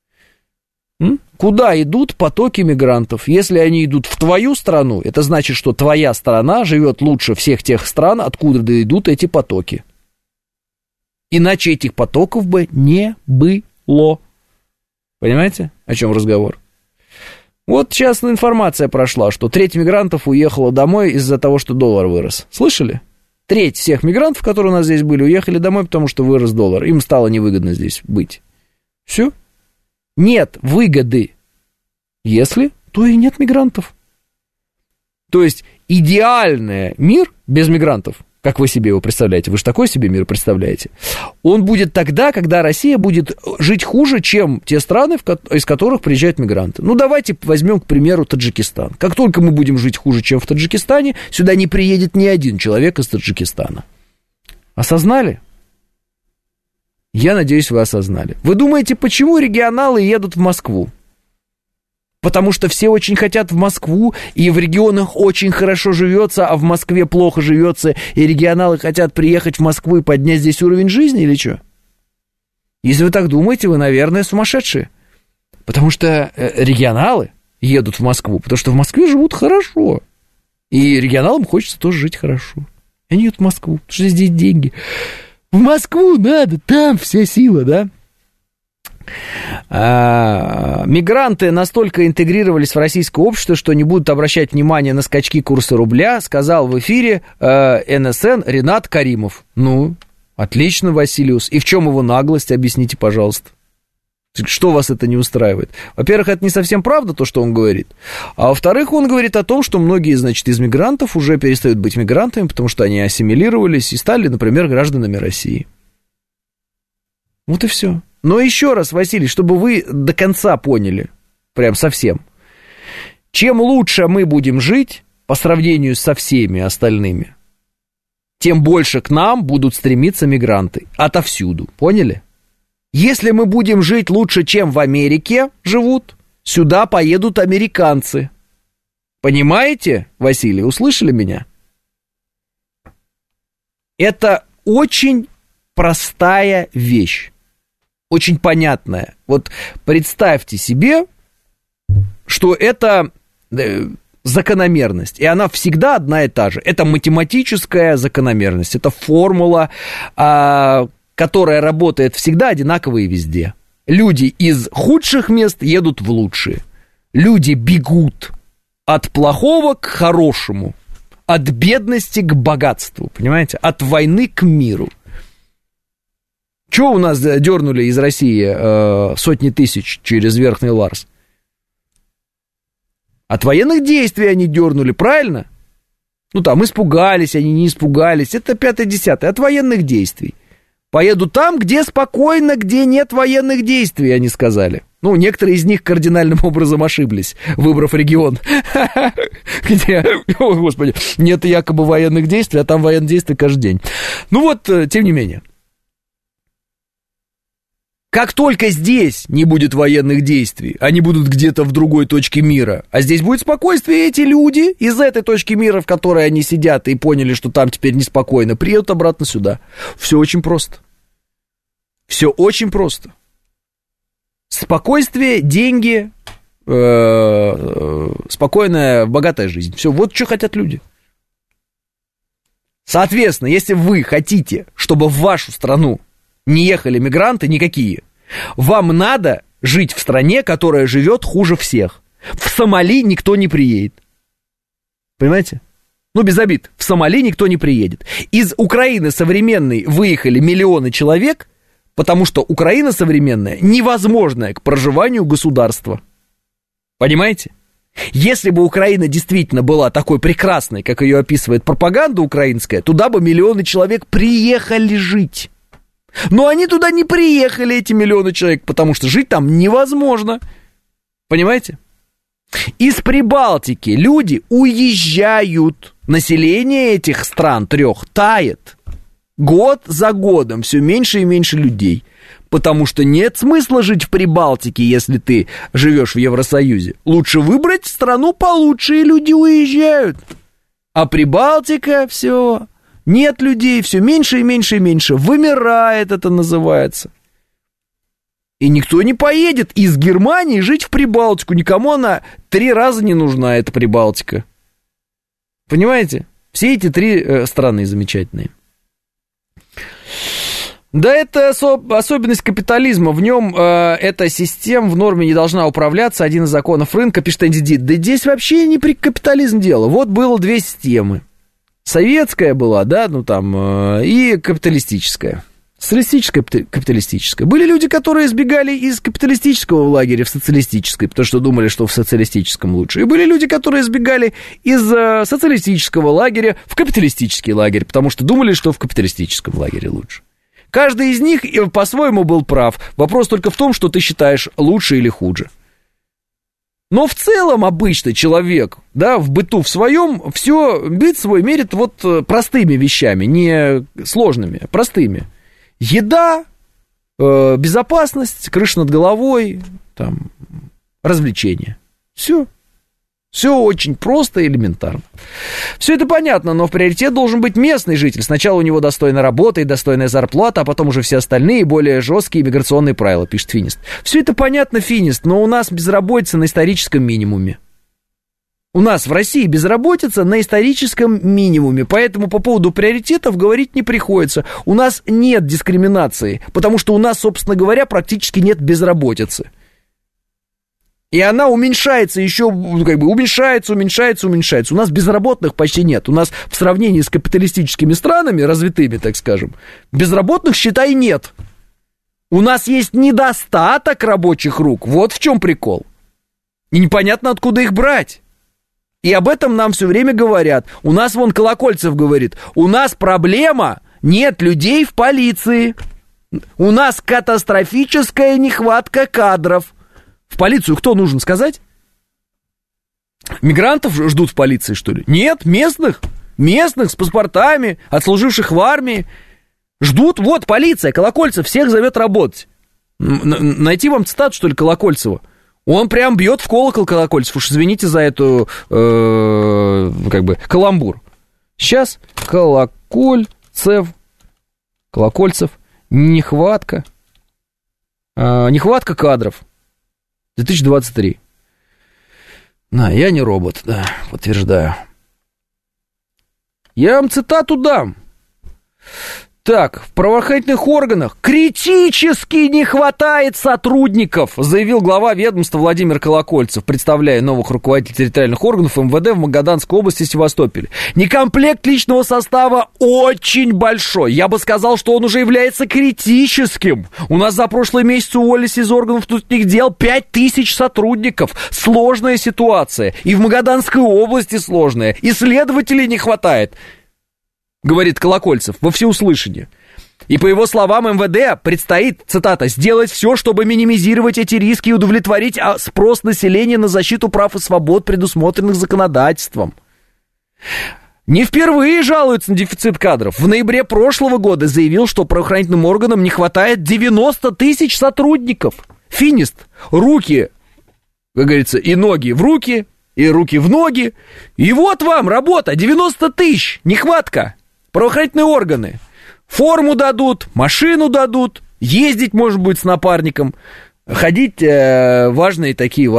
Куда идут потоки мигрантов? Если они идут в твою страну, это значит, что твоя страна живет лучше всех тех стран, откуда идут эти потоки. Иначе этих потоков бы не было. Понимаете, о чем разговор? Вот сейчас информация прошла, что треть мигрантов уехала домой из-за того, что доллар вырос. Слышали? Треть всех мигрантов, которые у нас здесь были, уехали домой, потому что вырос доллар. Им стало невыгодно здесь быть. Все. Нет выгоды. Если, то и нет мигрантов. То есть идеальный мир без мигрантов, как вы себе его представляете, вы же такой себе мир представляете, он будет тогда, когда Россия будет жить хуже, чем те страны, из которых приезжают мигранты. Ну, давайте возьмем, к примеру, Таджикистан. Как только мы будем жить хуже, чем в Таджикистане, сюда не приедет ни один человек из Таджикистана. Осознали? Я надеюсь, вы осознали. Вы думаете, почему регионалы едут в Москву? Потому что все очень хотят в Москву, и в регионах очень хорошо живется, а в Москве плохо живется, и регионалы хотят приехать в Москву и поднять здесь уровень жизни, или что? Если вы так думаете, вы, наверное, сумасшедшие. Потому что регионалы едут в Москву, потому что в Москве живут хорошо. И регионалам хочется тоже жить хорошо. Они едут в Москву, потому что здесь деньги. В Москву надо, там вся сила, да? Мигранты настолько интегрировались в российское общество, что не будут обращать внимание на скачки курса рубля, сказал в эфире НСН Ренат Каримов. Ну, отлично, Василиус. И в чем его наглость, объясните, пожалуйста. Что вас это не устраивает? Во-первых, это не совсем правда, то, что он говорит. А во-вторых, он говорит о том, что многие, значит, из мигрантов уже перестают быть мигрантами, потому что они ассимилировались и стали, например, гражданами России. Вот и все. Но еще раз, Василий, чтобы вы до конца поняли, прям совсем, чем лучше мы будем жить по сравнению со всеми остальными, тем больше к нам будут стремиться мигранты отовсюду. Поняли? Если мы будем жить лучше, чем в Америке живут, сюда поедут американцы. Понимаете, Василий, услышали меня? Это очень простая вещь, очень понятная. Вот представьте себе, что это закономерность, и она всегда одна и та же. Это математическая закономерность, это формула, которая работает всегда одинаково и везде. Люди из худших мест едут в лучшие. Люди бегут от плохого к хорошему, от бедности к богатству, понимаете? От войны к миру. Чего у нас дернули из России сотни тысяч через Верхний Ларс? От военных действий они дернули, правильно? Ну там испугались, они не испугались, это 5-10, от военных действий. Поеду там, где спокойно, где нет военных действий, они сказали. Ну, некоторые из них кардинальным образом ошиблись, выбрав регион, где, о, господи, нет якобы военных действий, а там военные действия каждый день. Ну вот, тем не менее. Как только здесь не будет военных действий, они будут где-то в другой точке мира, а здесь будет спокойствие, эти люди из этой точки мира, в которой они сидят и поняли, что там теперь неспокойно, приедут обратно сюда. Все очень просто. Все очень просто. Спокойствие, деньги, спокойная, богатая жизнь. Все, вот что хотят люди. Соответственно, если вы хотите, чтобы в вашу страну не ехали мигранты никакие, вам надо жить в стране, которая живет хуже всех. В Сомали никто не приедет. Понимаете? Ну, без обид. В Сомали никто не приедет. Из Украины современной выехали миллионы человек, потому что Украина современная невозможная к проживанию государства. Понимаете? Если бы Украина действительно была такой прекрасной, как ее описывает пропаганда украинская, туда бы миллионы человек приехали жить. Но они туда не приехали, эти миллионы человек, потому что жить там невозможно. Понимаете? Из Прибалтики люди уезжают. Население этих стран 3 тает. Год за годом все меньше и меньше людей. Потому что нет смысла жить в Прибалтике, если ты живешь в Евросоюзе. Лучше выбрать страну получше, и люди уезжают. А Прибалтика все... Нет людей, все меньше и меньше и меньше. Вымирает, это называется. И никто не поедет из Германии жить в Прибалтику. Никому она 3 раза не нужна, эта Прибалтика. Понимаете? Все эти 3 страны замечательные. Да, это особенность капитализма. В нем эта система в норме не должна управляться. Один из законов рынка, пишет Энди. Да здесь вообще не при капитализм дело. Вот было 2 системы. Советская была, да, ну там, и капиталистическая. Социалистическая, капиталистическая. Были люди, которые сбегали из капиталистического лагеря в социалистическое, потому что думали, что в социалистическом лучше. И были люди, которые сбегали из социалистического лагеря в капиталистический лагерь, потому что думали, что в капиталистическом лагере лучше. Каждый из них по-своему был прав. Вопрос только в том, что ты считаешь лучше или хуже. Но в целом обычный человек, да, в быту в своем, все, быт свой мерит вот простыми вещами, не сложными, простыми. Еда, безопасность, крыша над головой, там, развлечения. Все. Все очень просто и элементарно. Все это понятно, но в приоритет должен быть местный житель. Сначала у него достойная работа и достойная зарплата, а потом уже все остальные более жесткие миграционные правила, пишет Финист. Все это понятно, Финист, но у нас безработица на историческом минимуме. У нас в России безработица на историческом минимуме, поэтому по поводу приоритетов говорить не приходится. У нас нет дискриминации, потому что у нас, собственно говоря, практически нет безработицы. И она уменьшается еще, как бы уменьшается. У нас безработных почти нет. У нас в сравнении с капиталистическими странами, развитыми, так скажем, безработных, считай, нет. У нас есть недостаток рабочих рук. Вот в чем прикол. И непонятно, откуда их брать. И об этом нам все время говорят. У нас, вон, Колокольцев говорит, у нас проблема, нет людей в полиции. У нас катастрофическая нехватка кадров. В полицию кто нужен, сказать? Мигрантов ждут в полиции, что ли? Нет, местных с паспортами, отслуживших в армии. Ждут, вот, полиция, Колокольцев всех зовет работать. Найти вам цитату, что ли, Колокольцева? Он прям бьет в колокол, Колокольцев. Уж извините за эту, каламбур. Сейчас Колокольцев, нехватка кадров. 2023. Я не робот, да, подтверждаю. Я вам цитату дам. Так, в правоохранительных органах критически не хватает сотрудников, заявил глава ведомства Владимир Колокольцев, представляя новых руководителей территориальных органов МВД в Магаданской области, Севастополе. Некомплект личного состава очень большой. Я бы сказал, что он уже является критическим. У нас за прошлый месяц уволились из органов внутренних дел 5000 сотрудников. Сложная ситуация. И в Магаданской области сложная. И следователей не хватает, говорит Колокольцев во всеуслышание. И по его словам, МВД предстоит, цитата, сделать все, чтобы минимизировать эти риски и удовлетворить спрос населения на защиту прав и свобод, предусмотренных законодательством. Не впервые жалуются на дефицит кадров. В ноябре прошлого года заявил, что правоохранительным органам не хватает 90 тысяч сотрудников. Финист, руки, как говорится, и ноги в руки, и руки в ноги. И вот вам работа, 90 тысяч, нехватка. Правоохранительные органы форму дадут, машину дадут, ездить, может быть, с напарником, ходить важные,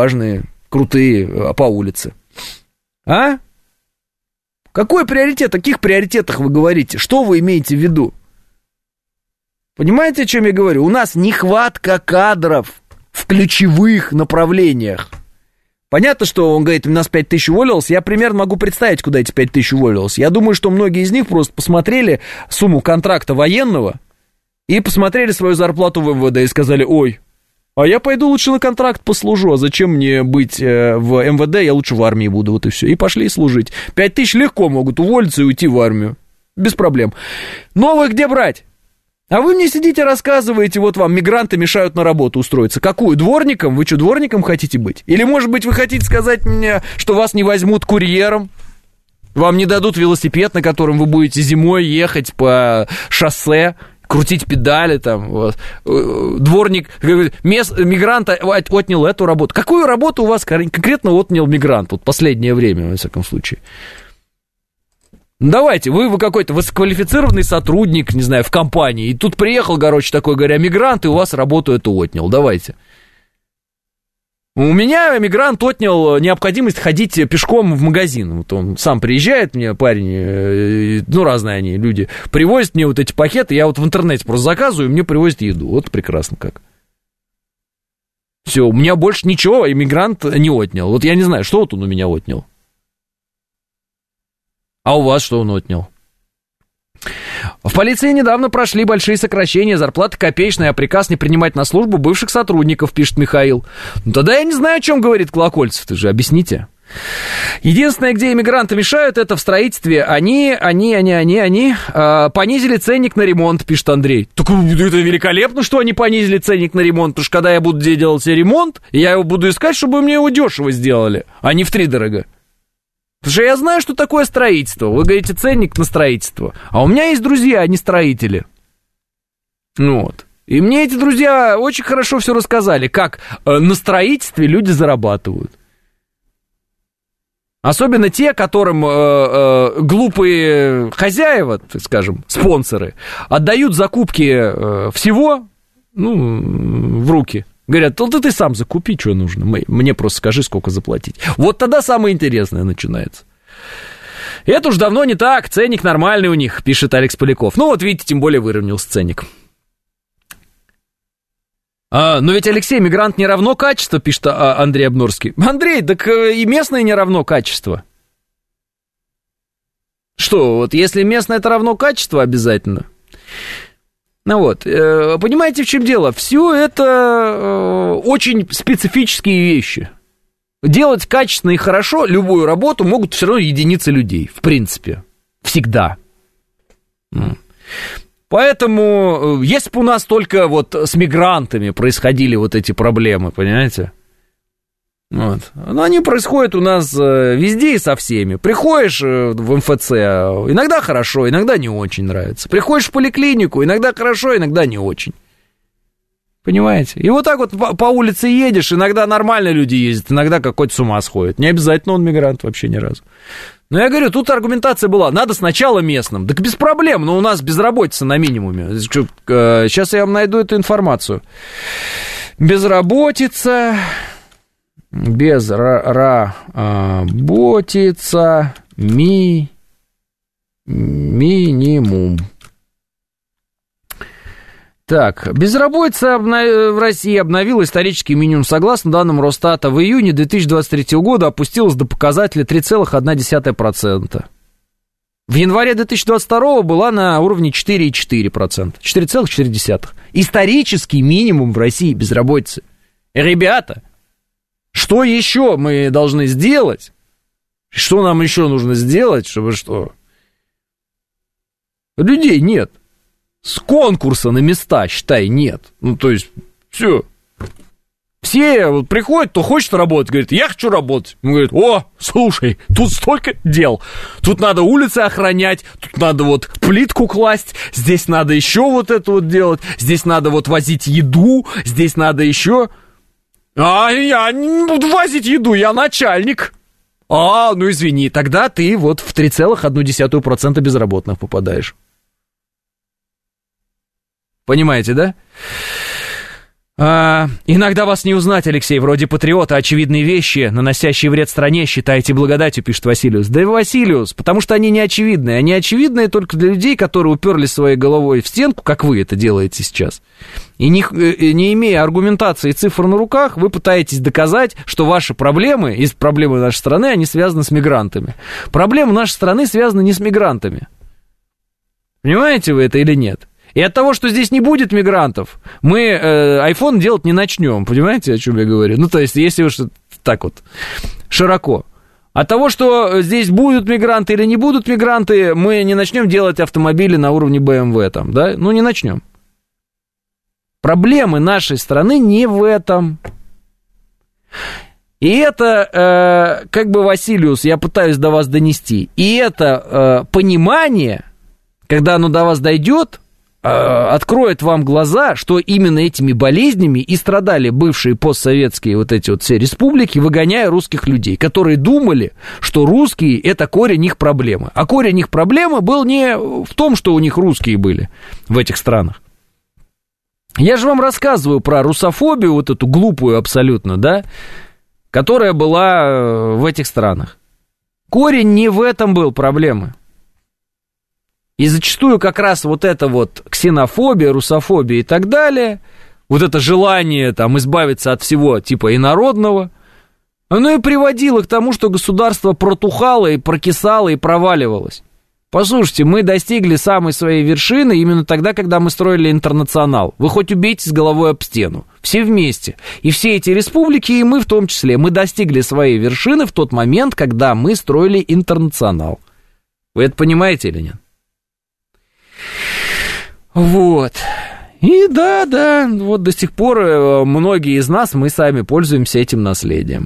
крутые по улице. А? Какой приоритет? О каких приоритетах вы говорите? Что вы имеете в виду? Понимаете, о чем я говорю? У нас нехватка кадров в ключевых направлениях. Понятно, что он говорит, у нас 5000 уволилось, я примерно могу представить, куда эти 5000 уволилось. Я думаю, что многие из них просто посмотрели сумму контракта военного и посмотрели свою зарплату в МВД и сказали, ой, а я пойду лучше на контракт послужу, а зачем мне быть в МВД, я лучше в армии буду, вот и все. И пошли служить. 5000 легко могут уволиться и уйти в армию, без проблем. Новых где брать? А вы мне сидите, рассказываете, вот вам мигранты мешают на работу устроиться. Какую? Дворником? Вы что, дворником хотите быть? Или, может быть, вы хотите сказать мне, что вас не возьмут курьером? Вам не дадут велосипед, на котором вы будете зимой ехать по шоссе, крутить педали там. Дворник, мигрант отнял эту работу. Какую работу у вас конкретно отнял мигрант? Вот последнее время, во всяком случае. Давайте, вы какой-то высококвалифицированный сотрудник, не знаю, в компании, и тут приехал, такой, говоря, мигрант, и у вас работу эту отнял, давайте. У меня мигрант отнял необходимость ходить пешком в магазин. Вот он сам приезжает, мне парень, разные они, люди, привозят мне вот эти пакеты, я вот в интернете просто заказываю, и мне привозят еду, вот прекрасно как. Все, у меня больше ничего иммигрант не отнял, вот я не знаю, что вот он у меня отнял. А у вас что он отнял? В полиции недавно прошли большие сокращения, зарплаты копеечные, а приказ не принимать на службу бывших сотрудников, пишет Михаил. Ну тогда я не знаю, о чем говорит Колокольцев, ты же объясните. Единственное, где иммигранты мешают, это в строительстве. Они понизили ценник на ремонт, пишет Андрей. Так это великолепно, что они понизили ценник на ремонт, потому что когда я буду делать себе ремонт, я его буду искать, чтобы мне его дешево сделали, а не втридорого. Потому что я знаю, что такое строительство. Вы говорите, ценник на строительство. А у меня есть друзья, они строители. Вот. И мне эти друзья очень хорошо все рассказали, как на строительстве люди зарабатывают. Особенно те, которым глупые хозяева, так скажем, спонсоры, отдают закупки всего в руки. Говорят, ты сам закупи, что нужно. Мне просто скажи, сколько заплатить. Вот тогда самое интересное начинается. Это уж давно не так. Ценник нормальный у них, пишет Алекс Поляков. Ну вот видите, тем более выровнялся ценник. Но ведь, Алексей, мигрант не равно качество, пишет Андрей Обнорский. Андрей, так и местное не равно качество. Что, вот если местное это равно качество обязательно? Ну вот, понимаете, в чем дело? Все это очень специфические вещи. Делать качественно и хорошо любую работу могут все равно единицы людей, в принципе. Всегда. Поэтому, если бы у нас только вот с мигрантами происходили вот эти проблемы, понимаете? Вот. Но они происходят у нас везде и со всеми. Приходишь в МФЦ, иногда хорошо, иногда не очень нравится. Приходишь в поликлинику, иногда хорошо, иногда не очень. Понимаете? И вот так вот по улице едешь, иногда нормально люди ездят, иногда какой-то с ума сходит. Не обязательно он мигрант вообще ни разу. Но я говорю, тут аргументация была, надо сначала местным. Так без проблем, но у нас безработица на минимуме. Сейчас я вам найду эту информацию. Безработица, минимум. Так, безработица в России обновила исторический минимум. Согласно данным Росстата, в июне 2023 года опустилась до показателя 3,1%. В январе 2022 была на уровне 4,4%. 4,4%. Исторический минимум в России безработицы. Ребята, что еще мы должны сделать? Что нам еще нужно сделать, чтобы что? Людей нет. С конкурса на места, считай, нет. Ну, то есть, все. Все вот приходят, кто хочет работать, говорит, я хочу работать. Он говорит, о, слушай, тут столько дел. Тут надо улицы охранять, тут надо вот плитку класть, здесь надо еще вот это вот делать, здесь надо вот возить еду, здесь надо еще... А я не буду возить еду, я начальник. Ну извини, тогда ты вот в 3,1% безработных попадаешь. Понимаете, да? Иногда вас не узнать, Алексей, вроде патриота, очевидные вещи, наносящие вред стране, считаете благодатью, пишет Василиус. Да и Василиус, потому что они не очевидные. Они очевидные только для людей, которые уперлись своей головой в стенку, как вы это делаете сейчас. И не имея аргументации и цифр на руках, вы пытаетесь доказать, что ваши проблемы, и проблемы нашей страны, они связаны с мигрантами. Проблемы нашей страны связаны не с мигрантами. Понимаете вы это или нет? И от того, что здесь не будет мигрантов, мы iPhone делать не начнем. Понимаете, о чем я говорю? Ну, то есть, если уж так вот широко. От того, что здесь будут мигранты или не будут мигранты, мы не начнем делать автомобили на уровне BMW там, да? Ну, не начнем. Проблемы нашей страны не в этом. И это, как бы, Василиус, я пытаюсь до вас донести. И это понимание, когда оно до вас дойдет, откроет вам глаза, что именно этими болезнями и страдали бывшие постсоветские вот эти вот все республики, выгоняя русских людей, которые думали, что русские — это корень их проблемы. А корень их проблемы был не в том, что у них русские были в этих странах. Я же вам рассказываю про русофобию, вот эту глупую абсолютно, да, которая была в этих странах. Корень не в этом был проблемы. И зачастую как раз вот эта вот ксенофобия, русофобия и так далее, вот это желание там избавиться от всего типа инородного, оно и приводило к тому, что государство протухало и прокисало и проваливалось. Послушайте, мы достигли самой своей вершины именно тогда, когда мы строили интернационал. Вы хоть убейте с головой об стену. Все вместе. И все эти республики, и мы в том числе. Мы достигли своей вершины в тот момент, когда мы строили интернационал. Вы это понимаете или нет? Вот. И да, вот до сих пор многие из нас, мы сами пользуемся этим наследием.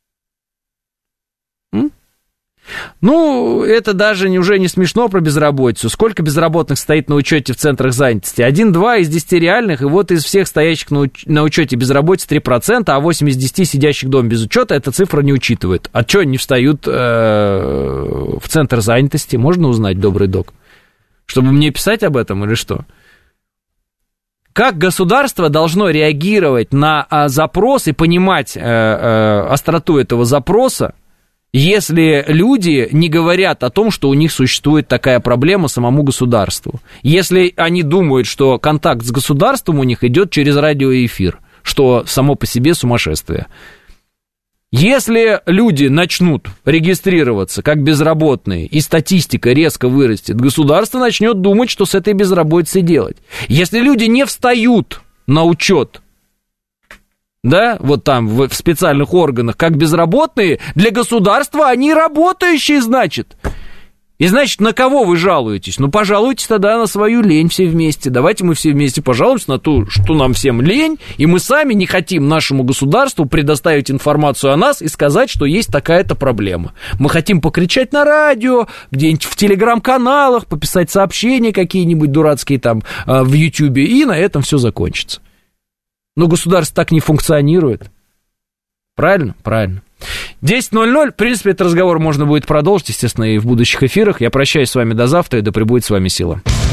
Ну, это даже уже не смешно про безработицу. Сколько безработных стоит на учете в центрах занятости? 1-2 из 10 реальных, и вот из всех стоящих на учете безработицы 3%, а 8 из 10 сидящих дома без учета эта цифра не учитывает. А что они встают в центр занятости? Можно узнать, добрый док? Чтобы мне писать об этом или что? Как государство должно реагировать на запрос и понимать остроту этого запроса, если люди не говорят о том, что у них существует такая проблема самому государству? Если они думают, что контакт с государством у них идет через радиоэфир, что само по себе сумасшествие. Если люди начнут регистрироваться как безработные, и статистика резко вырастет, государство начнет думать, что с этой безработицей делать. Если люди не встают на учет, да, вот там в специальных органах, как безработные, для государства они работающие, значит. И значит, на кого вы жалуетесь? Ну, пожалуйтесь тогда на свою лень все вместе. Давайте мы все вместе пожалуемся на то, что нам всем лень, и мы сами не хотим нашему государству предоставить информацию о нас и сказать, что есть такая-то проблема. Мы хотим покричать на радио, где-нибудь в телеграм-каналах, пописать сообщения какие-нибудь дурацкие там в Ютьюбе, и на этом все закончится. Но государство так не функционирует. Правильно? Правильно. 10:00. В принципе, этот разговор можно будет продолжить, естественно, и в будущих эфирах. Я прощаюсь с вами до завтра, и да пребудет с вами сила.